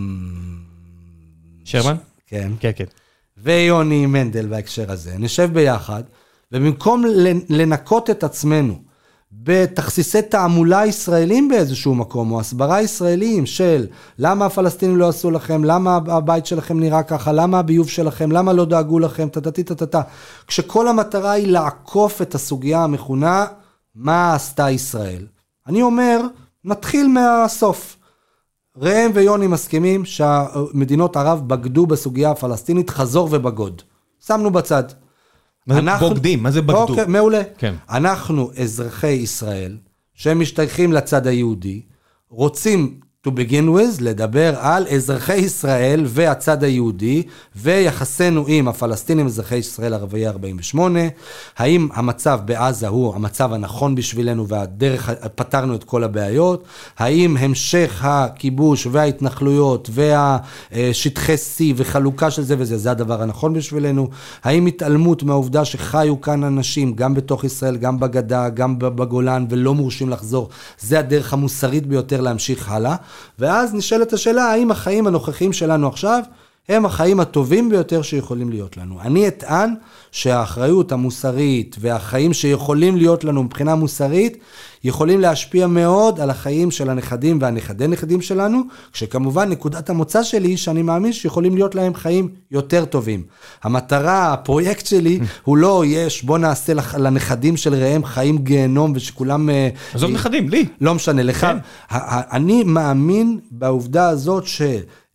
שרמן? כן. כן, כן. ויוני מנדל בהקשר הזה, נשב ביחד, ובמקום לנקות את עצמנו, בתכסיסי תעמולה ישראלים באיזשהו מקום, או הסברה ישראלים של למה הפלסטינים לא עשו לכם, למה הבית שלכם נראה ככה, למה הביוב שלכם, למה לא דאגו לכם, תתתתתת. כשכל המטרה היא לעקוף את הסוגיה המכונה, מה עשתה ישראל? אני אומר, נתחיל מהסוף. ראם ויוני מסכימים שהמדינות ערב בגדו בסוגיה הפלסטינית, חזור ובגוד. שמנו בצד. מה זה אנחנו, בוגדים? מה זה בגדו? אוקיי, מעולה. כן. אנחנו, אזרחי ישראל, שהם משתייכים לצד היהודי, רוצים to begin with, לדבר על אזרחי ישראל והצד היהודי, ויחסנו עם הפלסטינים, אזרחי ישראל ערביי ארבעים ושמונה, האם המצב בעזה הוא המצב הנכון בשבילנו, והדרך פתרנו את כל הבעיות, האם המשך הכיבוש וההתנחלויות, והשטחי C וחלוקה של זה וזה, זה הדבר הנכון בשבילנו, האם התעלמות מהעובדה שחיו כאן אנשים, גם בתוך ישראל, גם בגדה, גם בגולן, ולא מורשים לחזור, זה הדרך המוסרית ביותר להמשיך הלאה, ואז נשאלת השאלה, האם החיים הנוכחיים שלנו עכשיו, הם החיים הטובים ביותר שיכולים להיות לנו. אני אטען שהאחריות המוסרית והחיים שיכולים להיות לנו מבחינה מוסרית, יכולים להשפיע מאוד על החיים של הנכדים והנכדי נכדים שלנו, כשכמובן נקודת המוצא שלי היא שאני מאמין שיכולים להיות להם חיים יותר טובים. המטרה, הפרויקט שלי, הוא לא יש, בוא נעשה לנכדים של ראם חיים גיהנום ושכולם... עזוב נכדים, לי. לא משנה לך. אני מאמין בעובדה הזאת ש...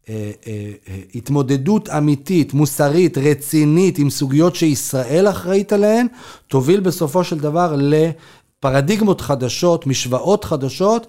התמודדות אמיתית, מוסרית, רצינית, עם סוגיות שישראל אחראית עליהן, תוביל בסופו של דבר לפרדיגמות חדשות, משוואות חדשות,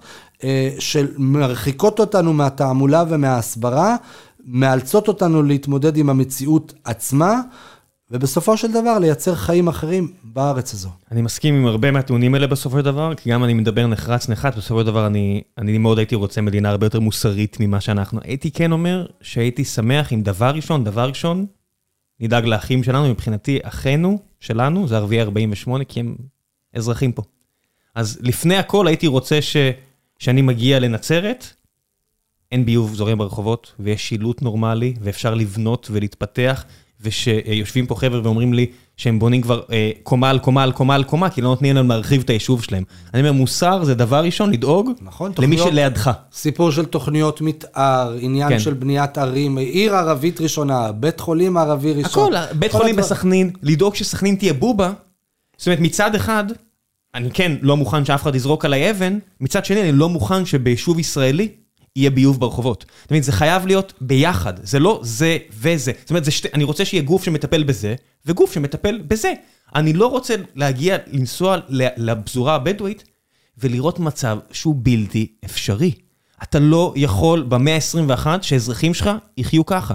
שמרחיקות אותנו מהתעמולה ומההסברה, מאלצות אותנו להתמודד עם המציאות עצמה, ובסופו של דבר לייצר חיים אחרים בארץ הזו. אני מסכים עם הרבה מהטיעונים האלה בסופו של דבר, כי גם אני מדבר נחרץ נחרץ, בסופו של דבר אני, אני מאוד הייתי רוצה מדינה הרבה יותר מוסרית ממה שאנחנו. הייתי כן אומר שהייתי שמח עם דבר ראשון, דבר ראשון, נדאג לאחים שלנו, מבחינתי אחינו שלנו, זה ערביי ארבעים ושמונה, כי הם אזרחים פה. אז לפני הכל הייתי רוצה ש, שאני מגיע לנצרת, אין ביוב זורם ברחובות, ויש שילוט נורמלי, ואפשר לבנות ולהתפתח, ושיושבים פה חבר'ה ואומרים לי שהם בונים כבר אה, קומה על קומה על קומה על קומה, כי לא נותנים להם להרחיב את היישוב שלהם. אני אומר, מוסר זה דבר ראשון, לדאוג נכון, למי תוכניות, שלידך. סיפור של תוכניות מתאר, עניין כן. של בניית ערים, עיר ערבית ראשונה, בית חולים ערבי ראשון. הכל, בית חולים הדבר... בסכנין, לדאוג שסכנין תהיה בובה. זאת אומרת, מצד אחד, אני כן לא מוכן שאף אחד יזרוק עליי אבן, מצד שני, אני לא מוכן שביישוב ישראלי, יהיה ביוב ברחובות. זאת אומרת, זה חייב להיות ביחד. זה לא זה וזה. זאת אומרת, זה שתי, אני רוצה שיהיה גוף שמטפל בזה, וגוף שמטפל בזה. אני לא רוצה להגיע, לנסוע לבזורה הבדואית, ולראות מצב שהוא בלתי אפשרי. אתה לא יכול במאה ה-עשרים ואחת שאזרחים שלך יחיו ככה.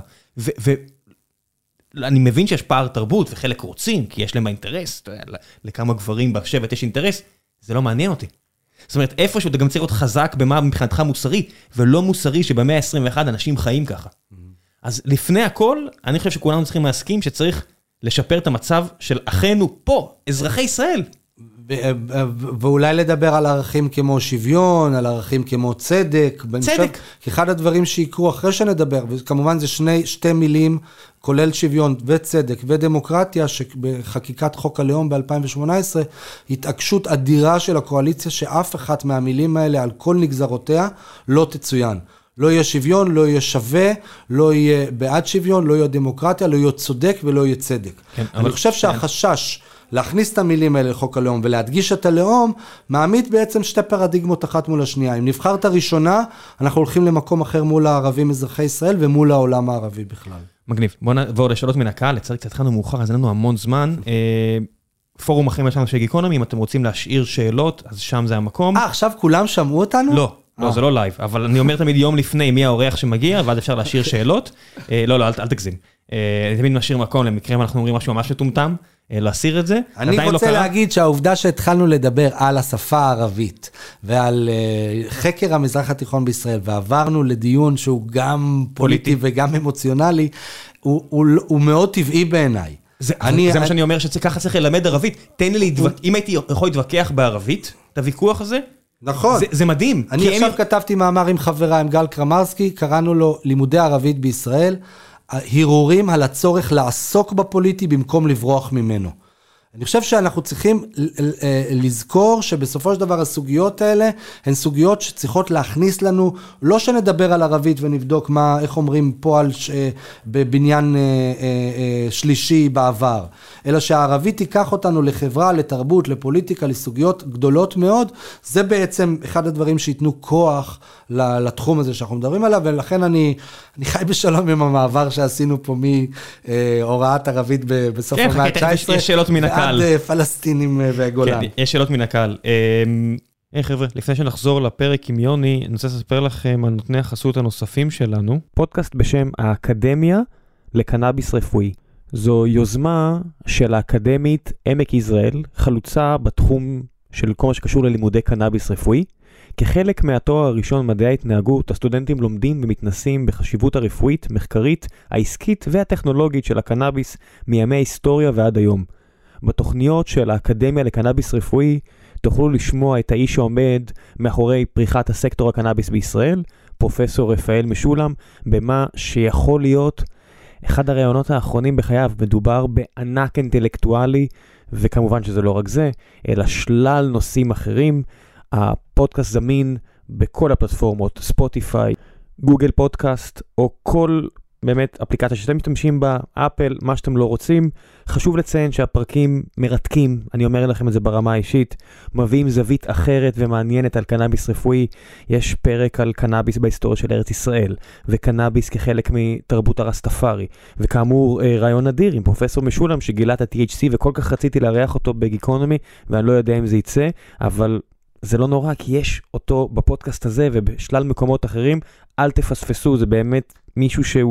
ואני מבין שיש פער תרבות, וחלק רוצים, כי יש להם האינטרס, לכמה גברים בשבט יש אינטרס, זה לא מעניין אותי. זאת אומרת, איפשהו אתה גם צריך להיות חזק במה מבחינתך מוסרי, ולא מוסרי שבמאה ה-עשרים ואחת אנשים חיים ככה. אז לפני הכל, אני חושב שכולנו צריכים להסכים שצריך לשפר את המצב של אחינו פה, אזרחי ישראל. ואולי לדבר על ערכים כמו שוויון, על ערכים כמו צדק. צדק. כי אחד הדברים שיקרו אחרי שנדבר, וכמובן זה שני, שתי מילים, כולל שוויון וצדק ודמוקרטיה, שבחקיקת חוק הלאום ב-אלפיים שמונה עשרה, התעקשות אדירה של הקואליציה, שאף אחת מהמילים האלה על כל נגזרותיה לא תצוין. לא יהיה שוויון, לא יהיה שווה, לא יהיה בעד שוויון, לא יהיה דמוקרטיה, לא יהיה צודק ולא יהיה צדק. כן, אני אבל... חושב שהחשש להכניס את המילים האלה לחוק הלאום ולהדגיש את הלאום, מעמיד בעצם שתי פרדיגמות אחת מול השנייה. אם נבחרת ראשונה, אנחנו הולכים למקום אחר מול הערבים אזרחי ישראל ומול העולם הערבי בכלל. מגניב. בואו נעבור לשאלות מן הקהל, לצערי קצת התחלנו מאוחר, אז אין לנו המון זמן. פורום אחרים שלנו של גיקונומי, אם אתם רוצים להשאיר שאלות, אז שם זה המקום. אה, עכשיו כולם שמעו אותנו? לא. לא, זה לא לייב, אבל אני אומר תמיד יום לפני מי האורח שמגיע, ואז אפשר להשאיר שאלות. לא, לא, אל תגזים. אני תמיד משאיר מקום למקרה, אם אנחנו אומרים משהו ממש מטומטם, להסיר את זה. אני רוצה להגיד שהעובדה שהתחלנו לדבר על השפה הערבית, ועל חקר המזרח התיכון בישראל, ועברנו לדיון שהוא גם פוליטי וגם אמוציונלי, הוא מאוד טבעי בעיניי. זה מה שאני אומר, שככה צריך ללמד ערבית. תן לי להתווכח, אם הייתי יכול להתווכח בערבית, את הוויכוח הזה, נכון. זה, זה מדהים. אני עכשיו הם... כתבתי מאמר עם חברה, עם גל קרמרסקי, קראנו לו לימודי ערבית בישראל, הרהורים על הצורך לעסוק בפוליטי במקום לברוח ממנו. אני חושב שאנחנו צריכים לזכור שבסופו של דבר הסוגיות האלה הן סוגיות שצריכות להכניס לנו, לא שנדבר על ערבית ונבדוק מה, איך אומרים פועל ש... בבניין שלישי בעבר, אלא שהערבית תיקח אותנו לחברה, לתרבות, לפוליטיקה, לסוגיות גדולות מאוד. זה בעצם אחד הדברים שיתנו כוח לתחום הזה שאנחנו מדברים עליו, ולכן אני, אני חי בשלום עם המעבר שעשינו פה מהוראת ערבית בסוף המאה ה-תשע עשרה. יש שאלות מן הקהל. עד פלסטינים והגולן. כן, יש שאלות מן הקהל. היי חבר'ה, לפני שנחזור לפרק עם יוני, אני רוצה לספר לכם על נותני החסות הנוספים שלנו, פודקאסט בשם האקדמיה לקנאביס רפואי. זו יוזמה של האקדמית עמק יזרעאל, חלוצה בתחום של כל מה שקשור ללימודי קנאביס רפואי. כחלק מהתואר הראשון מדעי ההתנהגות, הסטודנטים לומדים ומתנסים בחשיבות הרפואית, מחקרית, העסקית והטכנולוגית של הקנאביס מימי ההיסטוריה ועד היום. בתוכניות של האקדמיה לקנאביס רפואי תוכלו לשמוע את האיש שעומד מאחורי פריחת הסקטור הקנאביס בישראל, פרופסור רפאל משולם, במה שיכול להיות אחד הרעיונות האחרונים בחייו. מדובר בענק אינטלקטואלי, וכמובן שזה לא רק זה, אלא שלל נושאים אחרים. הפודקאסט זמין בכל הפלטפורמות, ספוטיפיי, גוגל פודקאסט, או כל באמת אפליקציה שאתם משתמשים בה, אפל, מה שאתם לא רוצים. חשוב לציין שהפרקים מרתקים, אני אומר לכם את זה ברמה האישית, מביאים זווית אחרת ומעניינת על קנאביס רפואי. יש פרק על קנאביס בהיסטוריה של ארץ ישראל, וקנאביס כחלק מתרבות הרסטפארי, וכאמור רעיון אדיר עם פרופסור משולם שגילה את ה-טי אייץ' סי, וכל כך רציתי לארח אותו בגיקונומי, ואני לא יודע אם זה יצא, אבל זה לא נורא, כי יש אותו בפודקאסט הזה ובשלל מקומות אחרים. אל תפספסו, זה באמת מישהו שהוא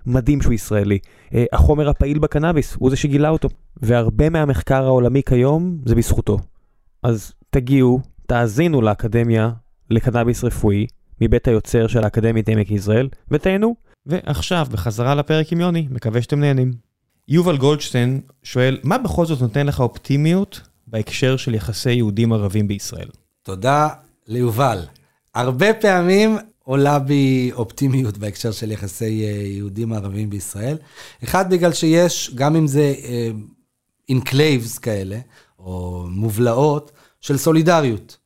מדהים שהוא ישראלי. החומר הפעיל בקנאביס, הוא זה שגילה אותו. והרבה מהמחקר העולמי כיום זה בזכותו. אז תגיעו, תאזינו לאקדמיה לקנאביס רפואי, מבית היוצר של האקדמית עמק יזרעאל, ותהנו. ועכשיו, בחזרה לפרק עם יוני, מקווה שאתם נהנים. יובל גולדשטיין שואל, מה בכל זאת נותן לך אופטימיות בהקשר של יחסי יהודים ערבים בישראל? תודה ליובל. הרבה פעמים עולה בי אופטימיות בהקשר של יחסי יהודים ערבים בישראל. אחד, בגלל שיש, גם אם זה אינקלייבס כאלה, או מובלעות, של סולידריות.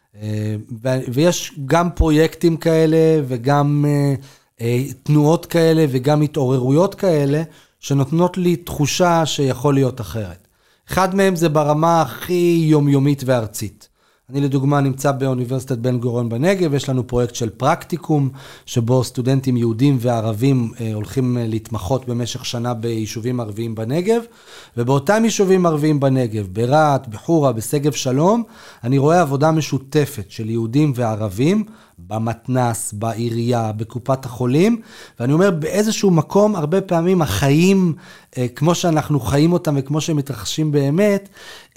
ויש גם פרויקטים כאלה, וגם תנועות כאלה, וגם התעוררויות כאלה, שנותנות לי תחושה שיכול להיות אחרת. אחד מהם זה ברמה הכי יומיומית וארצית. אני לדוגמה נמצא באוניברסיטת בן גוריון בנגב, יש לנו פרויקט של פרקטיקום, שבו סטודנטים יהודים וערבים הולכים להתמחות במשך שנה ביישובים ערביים בנגב, ובאותם יישובים ערביים בנגב, ברעת, בחורה, בשגב שלום, אני רואה עבודה משותפת של יהודים וערבים, במתנס, בעירייה, בקופת החולים, ואני אומר באיזשהו מקום, הרבה פעמים החיים, כמו שאנחנו חיים אותם וכמו שהם מתרחשים באמת,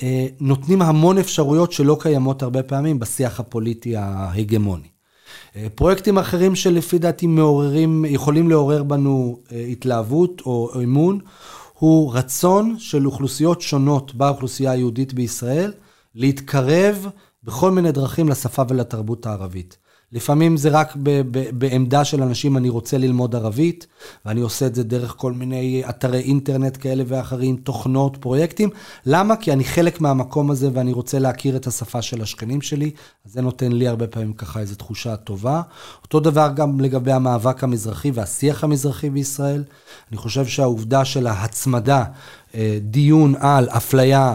נותנים המון אפשרויות שלא קיימות הרבה פעמים בשיח הפוליטי ההגמוני. פרויקטים אחרים שלפי דעתי מעוררים, יכולים לעורר בנו התלהבות או אמון, הוא רצון של אוכלוסיות שונות באוכלוסייה היהודית בישראל, להתקרב בכל מיני דרכים לשפה ולתרבות הערבית. לפעמים זה רק ב- ב- בעמדה של אנשים, אני רוצה ללמוד ערבית, ואני עושה את זה דרך כל מיני אתרי אינטרנט כאלה ואחרים, תוכנות, פרויקטים. למה? כי אני חלק מהמקום הזה, ואני רוצה להכיר את השפה של השכנים שלי, אז זה נותן לי הרבה פעמים ככה איזו תחושה טובה. אותו דבר גם לגבי המאבק המזרחי והשיח המזרחי בישראל. אני חושב שהעובדה של ההצמדה, דיון על אפליה,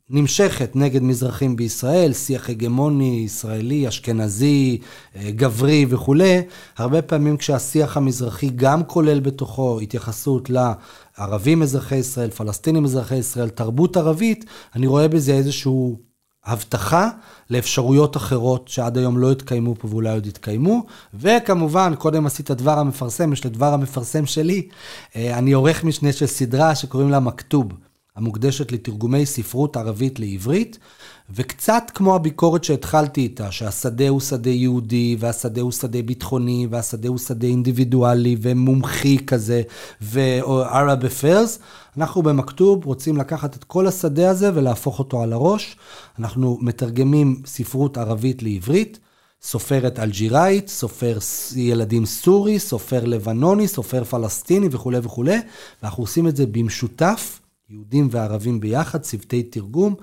נמשכת נגד מזרחים בישראל, שיח הגמוני, ישראלי, אשכנזי, גברי וכו'. הרבה פעמים כשהשיח המזרחי גם כולל בתוכו התייחסות לערבים אזרחי ישראל, פלסטינים אזרחי ישראל, תרבות ערבית, אני רואה בזה איזשהו הבטחה לאפשרויות אחרות שעד היום לא התקיימו פה ואולי עוד התקיימו. וכמובן, קודם עשית דבר המפרסם, יש לדבר המפרסם שלי, אני עורך משנה של סדרה שקוראים לה מכתוב. המוקדשת לתרגומי ספרות ערבית לעברית, וקצת כמו הביקורת שהתחלתי איתה, שהשדה הוא שדה יהודי, והשדה הוא שדה ביטחוני, והשדה הוא שדה אינדיבידואלי ומומחי כזה, ו-Arab Affairs, אנחנו במכתוב רוצים לקחת את כל השדה הזה ולהפוך אותו על הראש. אנחנו מתרגמים ספרות ערבית לעברית, סופרת אלג'יראית, סופר ילדים סורי, סופר לבנוני, סופר פלסטיני וכו' וכו', ואנחנו עושים את זה במשותף, יהודים וערבים ביחד, צוותי תרגום,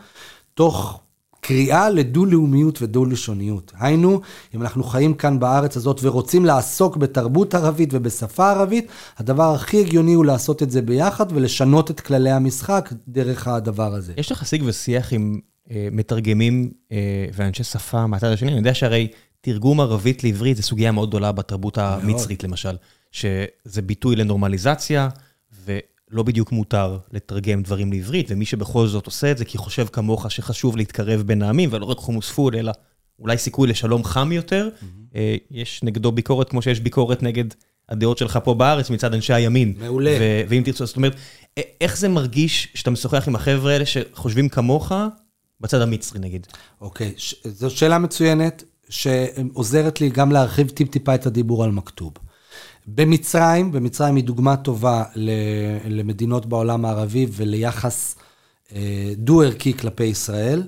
תוך קריאה לדו-לאומיות ודו-לשוניות. היינו, אם אנחנו חיים כאן בארץ הזאת ורוצים לעסוק בתרבות ערבית ובשפה ערבית, הדבר הכי הגיוני הוא לעשות את זה ביחד ולשנות את כללי המשחק דרך הדבר הזה. יש לך שיג ושיח עם אה, מתרגמים אה, ואנשי שפה מהצד השני? אני יודע שהרי תרגום ערבית לעברית זה סוגיה מאוד גדולה בתרבות המצרית למשל, שזה ביטוי לנורמליזציה ו... לא בדיוק מותר לתרגם דברים לעברית, ומי שבכל זאת עושה את זה, כי חושב כמוך שחשוב להתקרב בין העמים, ולא רק חומוס פול, אלא אולי סיכוי לשלום חם יותר. Mm-hmm. יש נגדו ביקורת, כמו שיש ביקורת נגד הדעות שלך פה בארץ, מצד אנשי הימין. מעולה. ו- ואם תרצו, זאת אומרת, איך זה מרגיש שאתה משוחח עם החבר'ה האלה שחושבים כמוך, בצד המצרי נגיד? אוקיי, ש- זו שאלה מצוינת, שעוזרת לי גם להרחיב טיפ-טיפה את הדיבור על מכתוב. במצרים, במצרים היא דוגמה טובה למדינות בעולם הערבי וליחס דו-ערכי כלפי ישראל.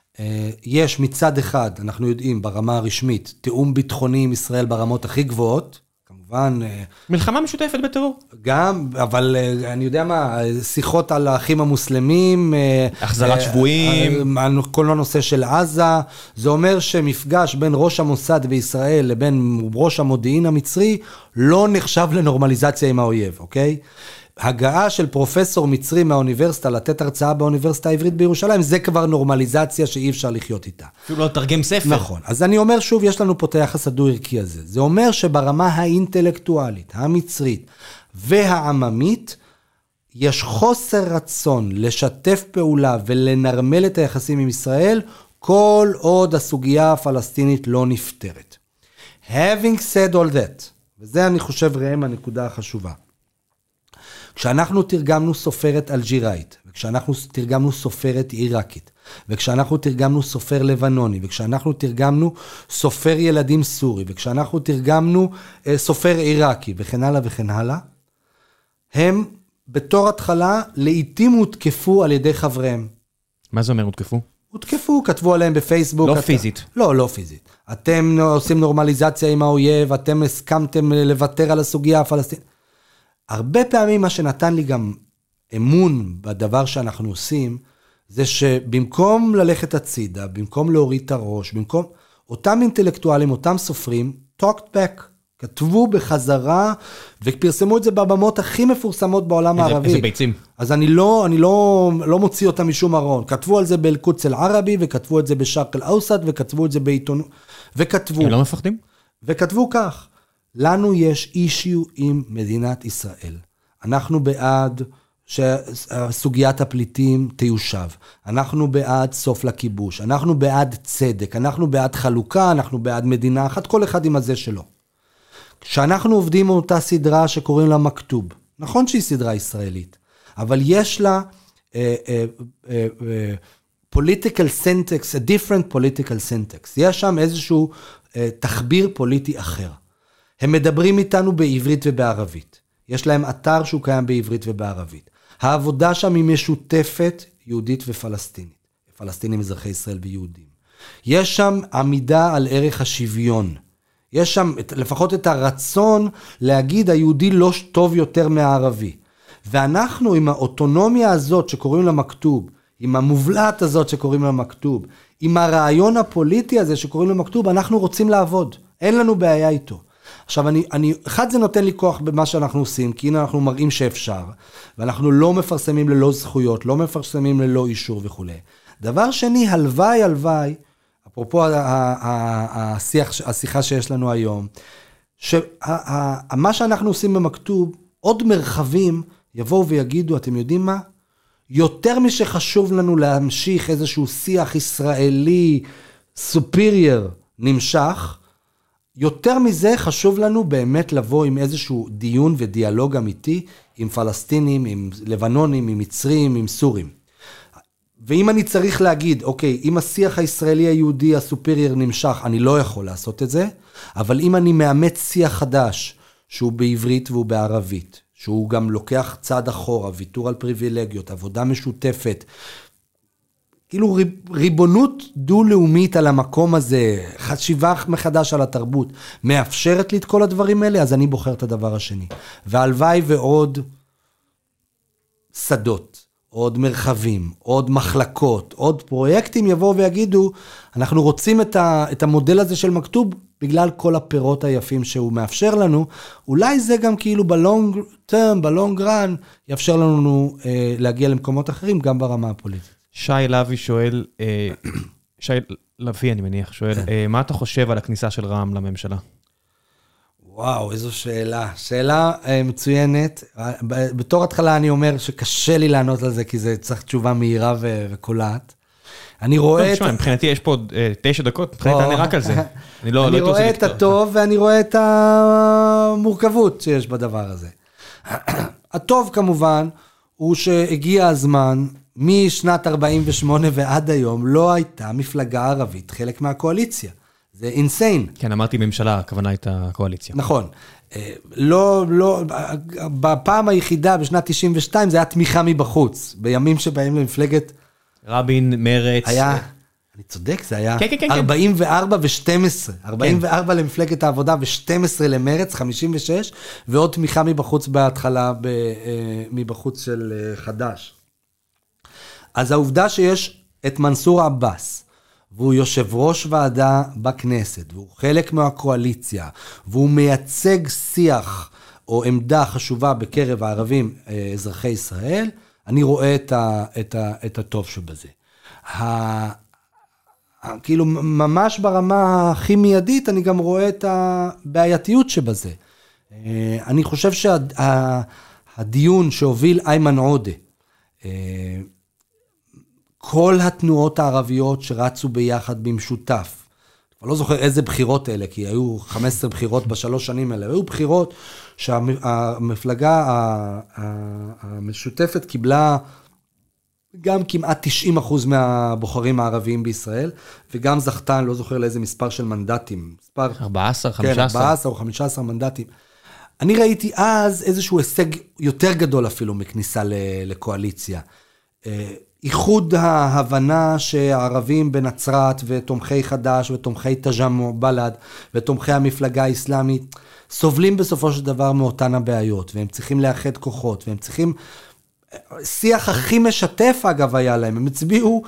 יש מצד אחד, אנחנו יודעים ברמה הרשמית, תיאום ביטחוני עם ישראל ברמות הכי גבוהות, כמובן... מלחמה משותפת בטרור. גם, אבל אני יודע מה, שיחות על האחים המוסלמים, החזרת שבויים, כל הנושא של עזה, זה אומר שמפגש בין ראש המוסד בישראל לבין ראש המודיעין המצרי, לא נחשב לנורמליזציה עם האויב, אוקיי? הגעה של פרופסור מצרי מהאוניברסיטה, לתת הרצאה באוניברסיטה העברית בירושלים, זה כבר נורמליזציה שאי אפשר לחיות איתה. אפילו לא תרגם ספר. נכון. אז אני אומר שוב, יש לנו פה את היחס הדו-ערכי הזה. זה אומר שברמה האינטלקטואלית, המצרית והעממית, יש חוסר רצון לשתף פעולה ולנרמל את היחסים עם ישראל, כל עוד הסוגיה הפלסטינית לא נפתרת. Having said all that, וזה אני חושב ראם הנקודה החשובה. כשאנחנו תרגמנו סופרת אלג'יראית, וכשאנחנו תרגמנו סופרת עיראקית, וכשאנחנו תרגמנו סופר לבנוני, וכשאנחנו תרגמנו סופר ילדים סורי, וכשאנחנו תרגמנו אה, סופר עיראקי, וכן הלאה וכן הלאה, הם בתור התחלה לעתים הותקפו על ידי חבריהם. מה זה אומר הותקפו? הותקפו, כתבו עליהם בפייסבוק. לא את... פיזית. לא, לא פיזית. אתם עושים נורמליזציה עם האויב, אתם הסכמתם לוותר על הסוגיה הפלסטינית. הרבה פעמים מה שנתן לי גם אמון בדבר שאנחנו עושים, זה שבמקום ללכת הצידה, במקום להוריד את הראש, במקום אותם אינטלקטואלים, אותם סופרים, talked back. כתבו בחזרה, ופרסמו את זה בבמות הכי מפורסמות בעולם איזה, הערבי. איזה ביצים. אז אני לא, אני לא, לא מוציא אותם משום ארון. כתבו על זה באל-קודס אל-ערבי, וכתבו את זה בשרק אל-אוסט, וכתבו את זה בעיתונות, וכתבו. הם לא מפחדים? וכתבו כך, לנו יש אישיו עם מדינת ישראל. אנחנו בעד שסוגיית הפליטים תיושב. אנחנו בעד סוף לכיבוש. אנחנו בעד צדק. אנחנו בעד חלוקה. אנחנו בעד מדינה אחת. כל אחד עם הזה שלו. כשאנחנו עובדים מאותה סדרה שקוראים לה מכתוב, נכון שהיא סדרה ישראלית, אבל יש לה uh, uh, uh, uh, political syntax, a different political syntax. יש שם איזשהו uh, תחביר פוליטי אחר. הם מדברים איתנו בעברית ובערבית. יש להם אתר שהוא קיים בעברית ובערבית. העבודה שם היא משותפת, יהודית ופלסטינית. פלסטינים, אזרחי ישראל ויהודים. יש שם עמידה על ערך השוויון. יש שם לפחות את הרצון להגיד היהודי לא טוב יותר מהערבי. ואנחנו עם האוטונומיה הזאת שקוראים לה מכתוב, עם המובלעת הזאת שקוראים לה מכתוב, עם הרעיון הפוליטי הזה שקוראים לה מכתוב, אנחנו רוצים לעבוד. אין לנו בעיה איתו. עכשיו, אני, אני, אחד זה נותן לי כוח במה שאנחנו עושים, כי הנה אנחנו מראים שאפשר, ואנחנו לא מפרסמים ללא זכויות, לא מפרסמים ללא אישור וכו'. דבר שני, הלוואי, הלוואי, אפרופו השיח, השיחה שיש לנו היום, שמה שאנחנו עושים במכתוב, עוד מרחבים יבואו ויגידו, אתם יודעים מה? יותר משחשוב לנו להמשיך איזשהו שיח ישראלי superior נמשך, יותר מזה חשוב לנו באמת לבוא עם איזשהו דיון ודיאלוג אמיתי עם פלסטינים, עם לבנונים, עם מצרים, עם סורים. ואם אני צריך להגיד, אוקיי, אם השיח הישראלי היהודי הסופרייר נמשך, אני לא יכול לעשות את זה, אבל אם אני מאמץ שיח חדש, שהוא בעברית והוא בערבית, שהוא גם לוקח צעד אחורה, ויתור על פריבילגיות, עבודה משותפת, כאילו ריבונות דו-לאומית על המקום הזה, חשיבה מחדש על התרבות, מאפשרת לי את כל הדברים האלה, אז אני בוחר את הדבר השני. והלוואי ועוד שדות, עוד מרחבים, עוד מחלקות, עוד פרויקטים יבואו ויגידו, אנחנו רוצים את, ה, את המודל הזה של מכתוב, בגלל כל הפירות היפים שהוא מאפשר לנו, אולי זה גם כאילו בלונג טרם, בלונג רן, יאפשר לנו אה, להגיע למקומות אחרים, גם ברמה הפוליטית. שי לוי שואל, אה, שי לוי אני מניח, שואל, אה, מה אתה חושב על הכניסה של רע"מ לממשלה? וואו, איזו שאלה. שאלה אה, מצוינת. בתור התחלה אני אומר שקשה לי לענות על זה, כי זה צריך תשובה מהירה ו- וקולעת. אני רואה... תשמע, מבחינתי יש פה תשע דקות, מבחינתי תענה רק על זה. אני לא... אני רואה את הטוב ואני רואה את המורכבות שיש בדבר הזה. הטוב כמובן הוא שהגיע הזמן, משנת ארבעים ושמונה ועד היום, לא הייתה מפלגה ערבית חלק מהקואליציה. זה אינסיין. כן, אמרתי ממשלה, הכוונה הייתה קואליציה. נכון. לא, לא, בפעם היחידה בשנת תשעים ושתיים זה היה תמיכה מבחוץ, בימים שבהם למפלגת... רבין, מרץ. היה, אני צודק, זה היה כן, כן, כן, ארבעים וארבע ו-שתים עשרה. ארבעים וארבע למפלגת העבודה ו-שתים עשרה למרץ, חמישים ושש, ועוד תמיכה מבחוץ בהתחלה, מבחוץ של חדש. אז העובדה שיש את מנסור עבאס, והוא יושב ראש ועדה בכנסת, והוא חלק מהקואליציה, והוא מייצג שיח או עמדה חשובה בקרב הערבים אזרחי ישראל, אני רואה את, ה, את, ה, את הטוב שבזה. ה, ה, כאילו ממש ברמה הכי מיידית, אני גם רואה את הבעייתיות שבזה. אני חושב שהדיון שהוביל איימן עודה, כל התנועות הערביות שרצו ביחד במשותף, אני לא זוכר איזה בחירות אלה, כי היו חמש עשרה בחירות בשלוש שנים האלה, היו בחירות שהמפלגה המשותפת קיבלה גם כמעט תשעים אחוז מהבוחרים הערביים בישראל, וגם זכתה, אני לא זוכר לאיזה מספר של מנדטים. מספר, ארבע עשרה, חמש עשרה. כן, ארבע עשרה או חמש עשרה מנדטים. אני ראיתי אז איזשהו הישג יותר גדול אפילו מכניסה לקואליציה. איחוד ההבנה שהערבים בנצרת ותומכי חדש ותומכי תג'ם בל"ד ותומכי המפלגה האסלאמית סובלים בסופו של דבר מאותן הבעיות, והם צריכים לאחד כוחות, והם צריכים... שיח הכי משתף אגב היה להם, הם הצביעו,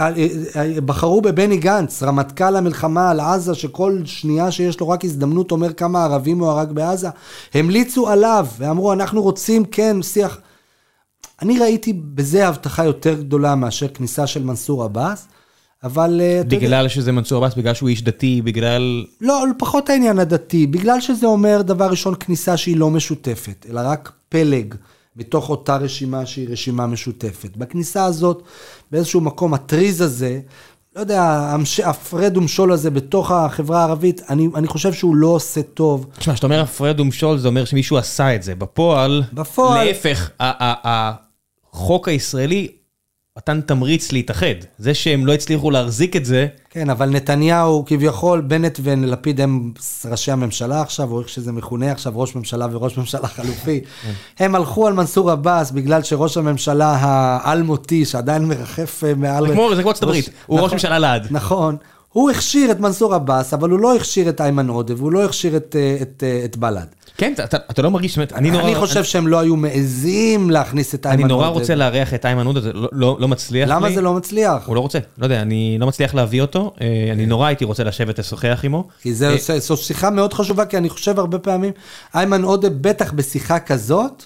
בחרו בבני גנץ, רמטכ"ל המלחמה על עזה, שכל שנייה שיש לו רק הזדמנות אומר כמה ערבים הוא הרג בעזה, המליצו עליו ואמרו אנחנו רוצים כן שיח, אני ראיתי בזה הבטחה יותר גדולה מאשר כניסה של מנסור עבאס, אבל... בגלל שזה מנסור עבאס, בגלל שהוא איש דתי, בגלל... לא, פחות העניין הדתי, בגלל שזה אומר דבר ראשון כניסה שהיא לא משותפת, אלא רק פלג, מתוך אותה רשימה שהיא רשימה משותפת. בכניסה הזאת, באיזשהו מקום, הטריז הזה, לא יודע, הפרד ומשול הזה בתוך החברה הערבית, אני, אני חושב שהוא לא עושה טוב. תשמע, שאתה אומר הפרד ומשול, זה אומר שמישהו עשה את זה. בפועל, בפועל... להפך, החוק הישראלי, נתן תמריץ להתאחד. זה שהם לא הצליחו להחזיק את זה. כן, אבל נתניהו, כביכול, בנט ולפיד הם ראשי הממשלה עכשיו, או איך שזה מכונה עכשיו, ראש ממשלה וראש ממשלה חלופי. הם הלכו על מנסור עבאס, בגלל שראש הממשלה האלמותי, שעדיין מרחף מעל... זה כמו, זה כמו ארצות הברית, הוא ראש ממשלה לעד. נכון. הוא הכשיר את מנסור עבאס, אבל הוא לא הכשיר את איימן עודה, והוא לא הכשיר את, את, את בל"ד. כן, אתה, אתה לא מרגיש, אני, אני נורא, חושב שהם לא היו מעזים להכניס את איימן עודה. אני נורא עודה. רוצה להריח את איימן עודה, זה לא, לא, לא מצליח למה לי. זה לא מצליח? הוא לא רוצה, לא יודע, אני לא מצליח להביא אותו, אני נורא הייתי רוצה לשבת לשוחח עמו. כי זה, זו שיחה מאוד חשובה, כי אני חושב הרבה פעמים, איימן עודה בטח בשיחה כזאת,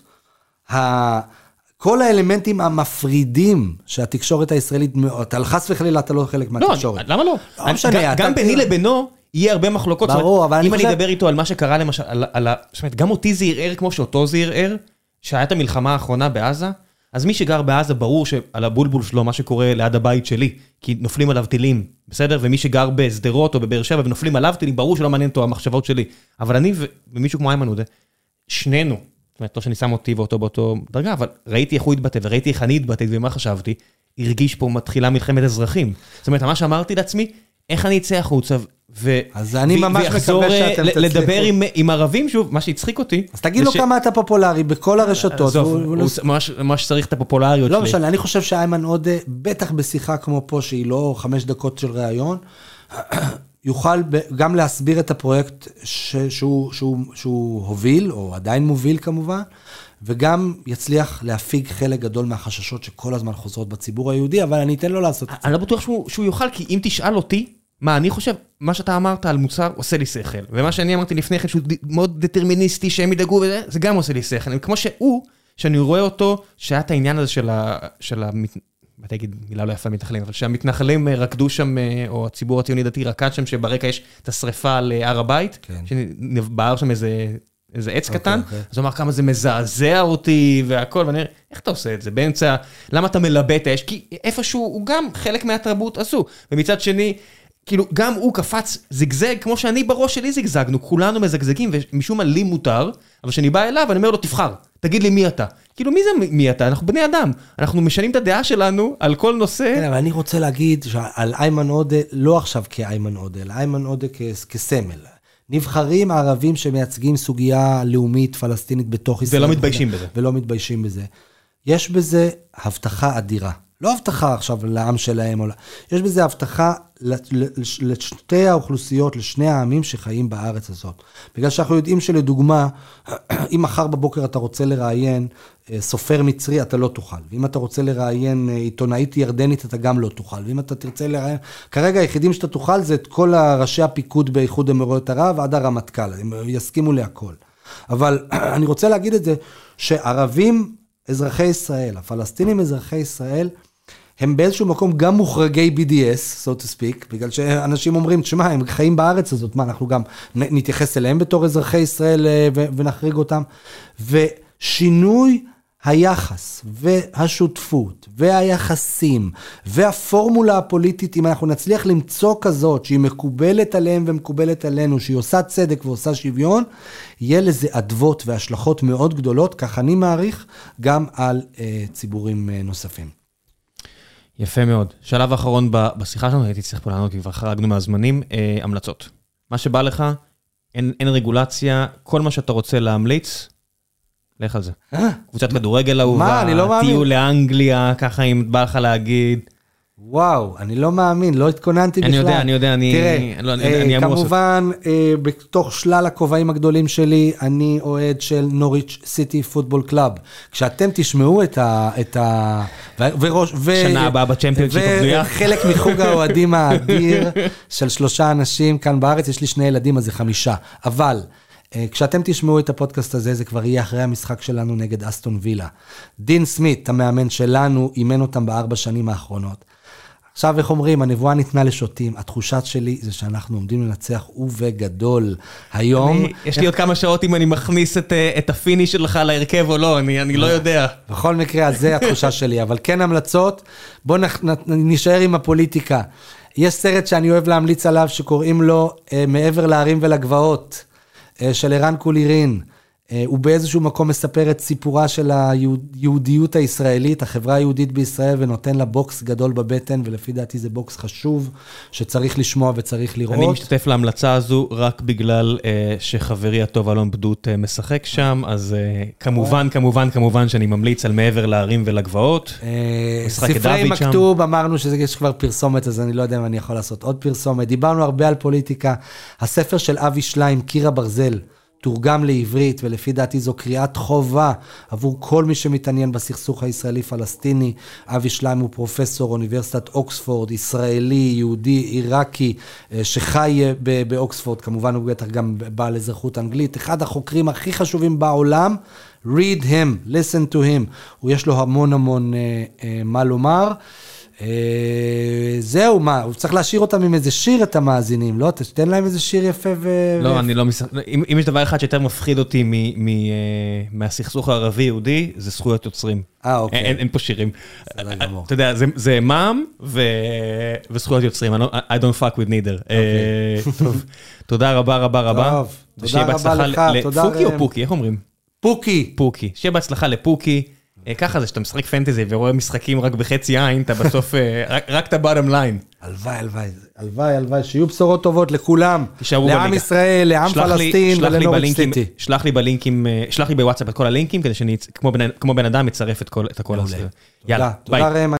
ה... כל האלמנטים המפרידים שהתקשורת הישראלית, אתה חס וחלילה, אתה לא חלק מהתקשורת. לא, למה לא? גם ביני לבינו, יהיה הרבה מחלוקות. ברור, אבל אני חושב... אם אני אדבר איתו על מה שקרה למשל, על, על, זאת אומרת, גם אותי זה ירער כמו שאותו זה ירער, שהיה את המלחמה האחרונה בעזה, אז מי שגר בעזה ברור שעל הבולבול שלו, מה שקורה ליד הבית שלי, כי נופלים עליו טילים, בסדר? ומי שגר בסדרות או בבאר שבע ונופלים עליו טילים, ברור שלא מעניין אותו המחשבות שלי. אבל אני ומישהו כמו איימן עודה, שנינו, זאת אומרת, לא שאני שם אותי ואותו באותו דרגה, אבל ראיתי איך הוא התבטא, וראיתי איך אני התבטא, ומה חשבתי, הרגיש פה מתחילה מלחמת אזרחים. זאת אומרת, מה שאמרתי לעצמי, איך אני אצא החוצה, ו... אז אני ממש מקווה שאתם תצליחו. לדבר עם, עם ערבים, שוב, מה שהצחיק אותי. אז תגיד לו ש... כמה אתה פופולרי בכל הרשתות. זו, הוא, הוא ממש, ממש צריך את הפופולריות לא שלי. משנה, אני חושב שאיימן עודה, בטח בשיחה כמו פה, שהיא לא חמש דקות של ראיון, יוכל גם להסביר את הפרויקט ש... שהוא, שהוא, שהוא הוביל, או עדיין מוביל כמובן, וגם יצליח להפיג חלק גדול מהחששות שכל הזמן חוזרות בציבור היהודי, אבל אני אתן לו לעשות את זה. אני לא בטוח שהוא, שהוא יוכל, כי אם תשאל אותי, מה אני חושב, מה שאתה אמרת על מוצר עושה לי שכל, ומה שאני אמרתי לפני כן, שהוא מאוד דטרמיניסטי, שהם ידאגו וזה, זה גם עושה לי שכל. כמו שהוא, שאני רואה אותו, שהיה את העניין הזה של ה... של המת... באתי אגיד מילה לא יפה מתנחלים, אבל שהמתנחלים רקדו שם, או הציבור הציוני דתי רקד שם, שברקע יש את השריפה על הר הבית, כן. שבער שם איזה... איזה עץ okay, קטן, okay. אז הוא אמר כמה זה מזעזע אותי והכל, ואני אומר, איך אתה עושה את זה? באמצע, למה אתה מלבה את האש? כי איפשהו הוא גם חלק מהתרבות עשו, ומצד שני, כאילו, גם הוא קפץ זגזג, כמו שאני בראש שלי זגזגנו, כולנו מזגזגים, ומשום מה לי מותר, אבל כשאני בא אליו, אני אומר לו, תבחר, תגיד לי מי אתה. כאילו, מי זה מי אתה? אנחנו בני אדם, אנחנו משנים את הדעה שלנו על כל נושא. כן, אבל אני רוצה להגיד על איימן עודה, לא עכשיו כאיימן עודה, אלא איימן עודה כסמל. נבחרים ערבים שמייצגים סוגיה לאומית פלסטינית בתוך ישראל. ולא מתביישים בזה. ולא מתביישים בזה. יש בזה הבטחה אדירה. לא הבטחה עכשיו לעם שלהם, או... יש בזה הבטחה לשתי האוכלוסיות, לשני העמים שחיים בארץ הזאת. בגלל שאנחנו יודעים שלדוגמה, אם מחר בבוקר אתה רוצה לראיין סופר מצרי, אתה לא תוכל. ואם אתה רוצה לראיין עיתונאית ירדנית, אתה גם לא תוכל. ואם אתה תרצה לראיין... כרגע היחידים שאתה תוכל זה את כל ראשי הפיקוד באיחוד אמירויות ערב, עד הרמטכ"ל. הם יסכימו להכל. אבל אני רוצה להגיד את זה, שערבים אזרחי ישראל, הפלסטינים אזרחי ישראל, הם באיזשהו מקום גם מוחרגי בי די אס, so to speak, בגלל שאנשים אומרים, תשמע, הם חיים בארץ הזאת, מה, אנחנו גם נתייחס אליהם בתור אזרחי ישראל ונחריג אותם, ושינוי היחס והשותפות והיחסים והפורמולה הפוליטית, אם אנחנו נצליח למצוא כזאת שהיא מקובלת עליהם ומקובלת עלינו, שהיא עושה צדק ועושה שוויון, יהיה לזה עדבות והשלכות מאוד גדולות, כך אני מעריך, גם על אה, ציבורים אה, נוספים. יפה מאוד. שלב האחרון בשיחה שלנו, הייתי צריך פה לענות, כי כבר חרגנו מהזמנים, אה, המלצות. מה שבא לך, אין, אין רגולציה, כל מה שאתה רוצה להמליץ, לך על זה. קבוצת כדורגל אהובה, טיול לאנגליה, ככה אם בא לך להגיד. וואו, אני לא מאמין, לא התכוננתי בכלל. אני יודע, אני יודע, אני... תראה, כמובן, בתוך שלל הכובעים הגדולים שלי, אני אוהד של נוריץ' סיטי פוטבול קלאב. כשאתם תשמעו את ה... שנה הבאה בצ'מפיונשיפ הבנויה. וחלק מחוג האוהדים האדיר של שלושה אנשים כאן בארץ, יש לי שני ילדים, אז זה חמישה. אבל... כשאתם תשמעו את הפודקאסט הזה, זה כבר יהיה אחרי המשחק שלנו נגד אסטון וילה. דין סמית, המאמן שלנו, אימן אותם בארבע שנים האחרונות. עכשיו, איך אומרים, הנבואה ניתנה לשוטים. התחושת שלי זה שאנחנו עומדים לנצח ובגדול. היום... יש לי עוד כמה שעות אם אני מכניס את הפיני שלך להרכב או לא, אני לא יודע. בכל מקרה, אז זה התחושה שלי. אבל כן המלצות, בואו נשאר עם הפוליטיקה. יש סרט שאני אוהב להמליץ עליו, שקוראים לו מעבר להרים ולגבעות. של ערן קולירין, הוא באיזשהו מקום מספר את סיפורה של היהודיות הישראלית, החברה היהודית בישראל, ונותן לה בוקס גדול בבטן, ולפי דעתי זה בוקס חשוב, שצריך לשמוע וצריך לראות. אני משתתף להמלצה הזו, רק בגלל שחברי הטוב אלון בדות משחק שם, אז כמובן, כמובן, כמובן, שאני ממליץ על מעבר להרים ולגבעות. ספרי מכתוב, אמרנו שיש כבר פרסומת, אז אני לא יודע אם אני יכול לעשות עוד פרסומת. דיברנו הרבה על פוליטיקה. הספר של אבי שליים, קיר הברזל, תורגם לעברית, ולפי דעתי זו קריאת חובה עבור כל מי שמתעניין בסכסוך הישראלי-פלסטיני. אבי שליים הוא פרופסור אוניברסיטת אוקספורד, ישראלי, יהודי, עיראקי, שחי באוקספורד, כמובן הוא בטח גם בעל אזרחות אנגלית, אחד החוקרים הכי חשובים בעולם. read him, listen to him, הוא יש לו המון המון מה לומר. זהו, מה, הוא צריך להשאיר אותם עם איזה שיר את המאזינים, לא? תתן להם איזה שיר יפה ו... לא, אני לא... אם יש דבר אחד שיותר מפחיד אותי מהסכסוך הערבי-יהודי, זה זכויות יוצרים. אה, אוקיי. אין פה שירים. אתה יודע, זה מע"מ וזכויות יוצרים. I don't fuck with neither. טוב, תודה רבה רבה רבה. טוב, תודה רבה לך. פוקי או פוקי? איך אומרים? פוקי. פוקי. שיהיה בהצלחה לפוקי. ככה זה שאתה משחק פנטזי ורואה משחקים רק בחצי עין, אתה בסוף, רק את הבאדם ליין. הלוואי, הלוואי, הלוואי, הלוואי, שיהיו בשורות טובות לכולם, לעם ישראל, לעם פלסטין ולנוריץ' סיטי. שלח לי בלינקים, שלח לי בוואטסאפ את כל הלינקים, כדי שאני, כמו בן אדם, מצרף את הכל הזה. יאללה, ביי.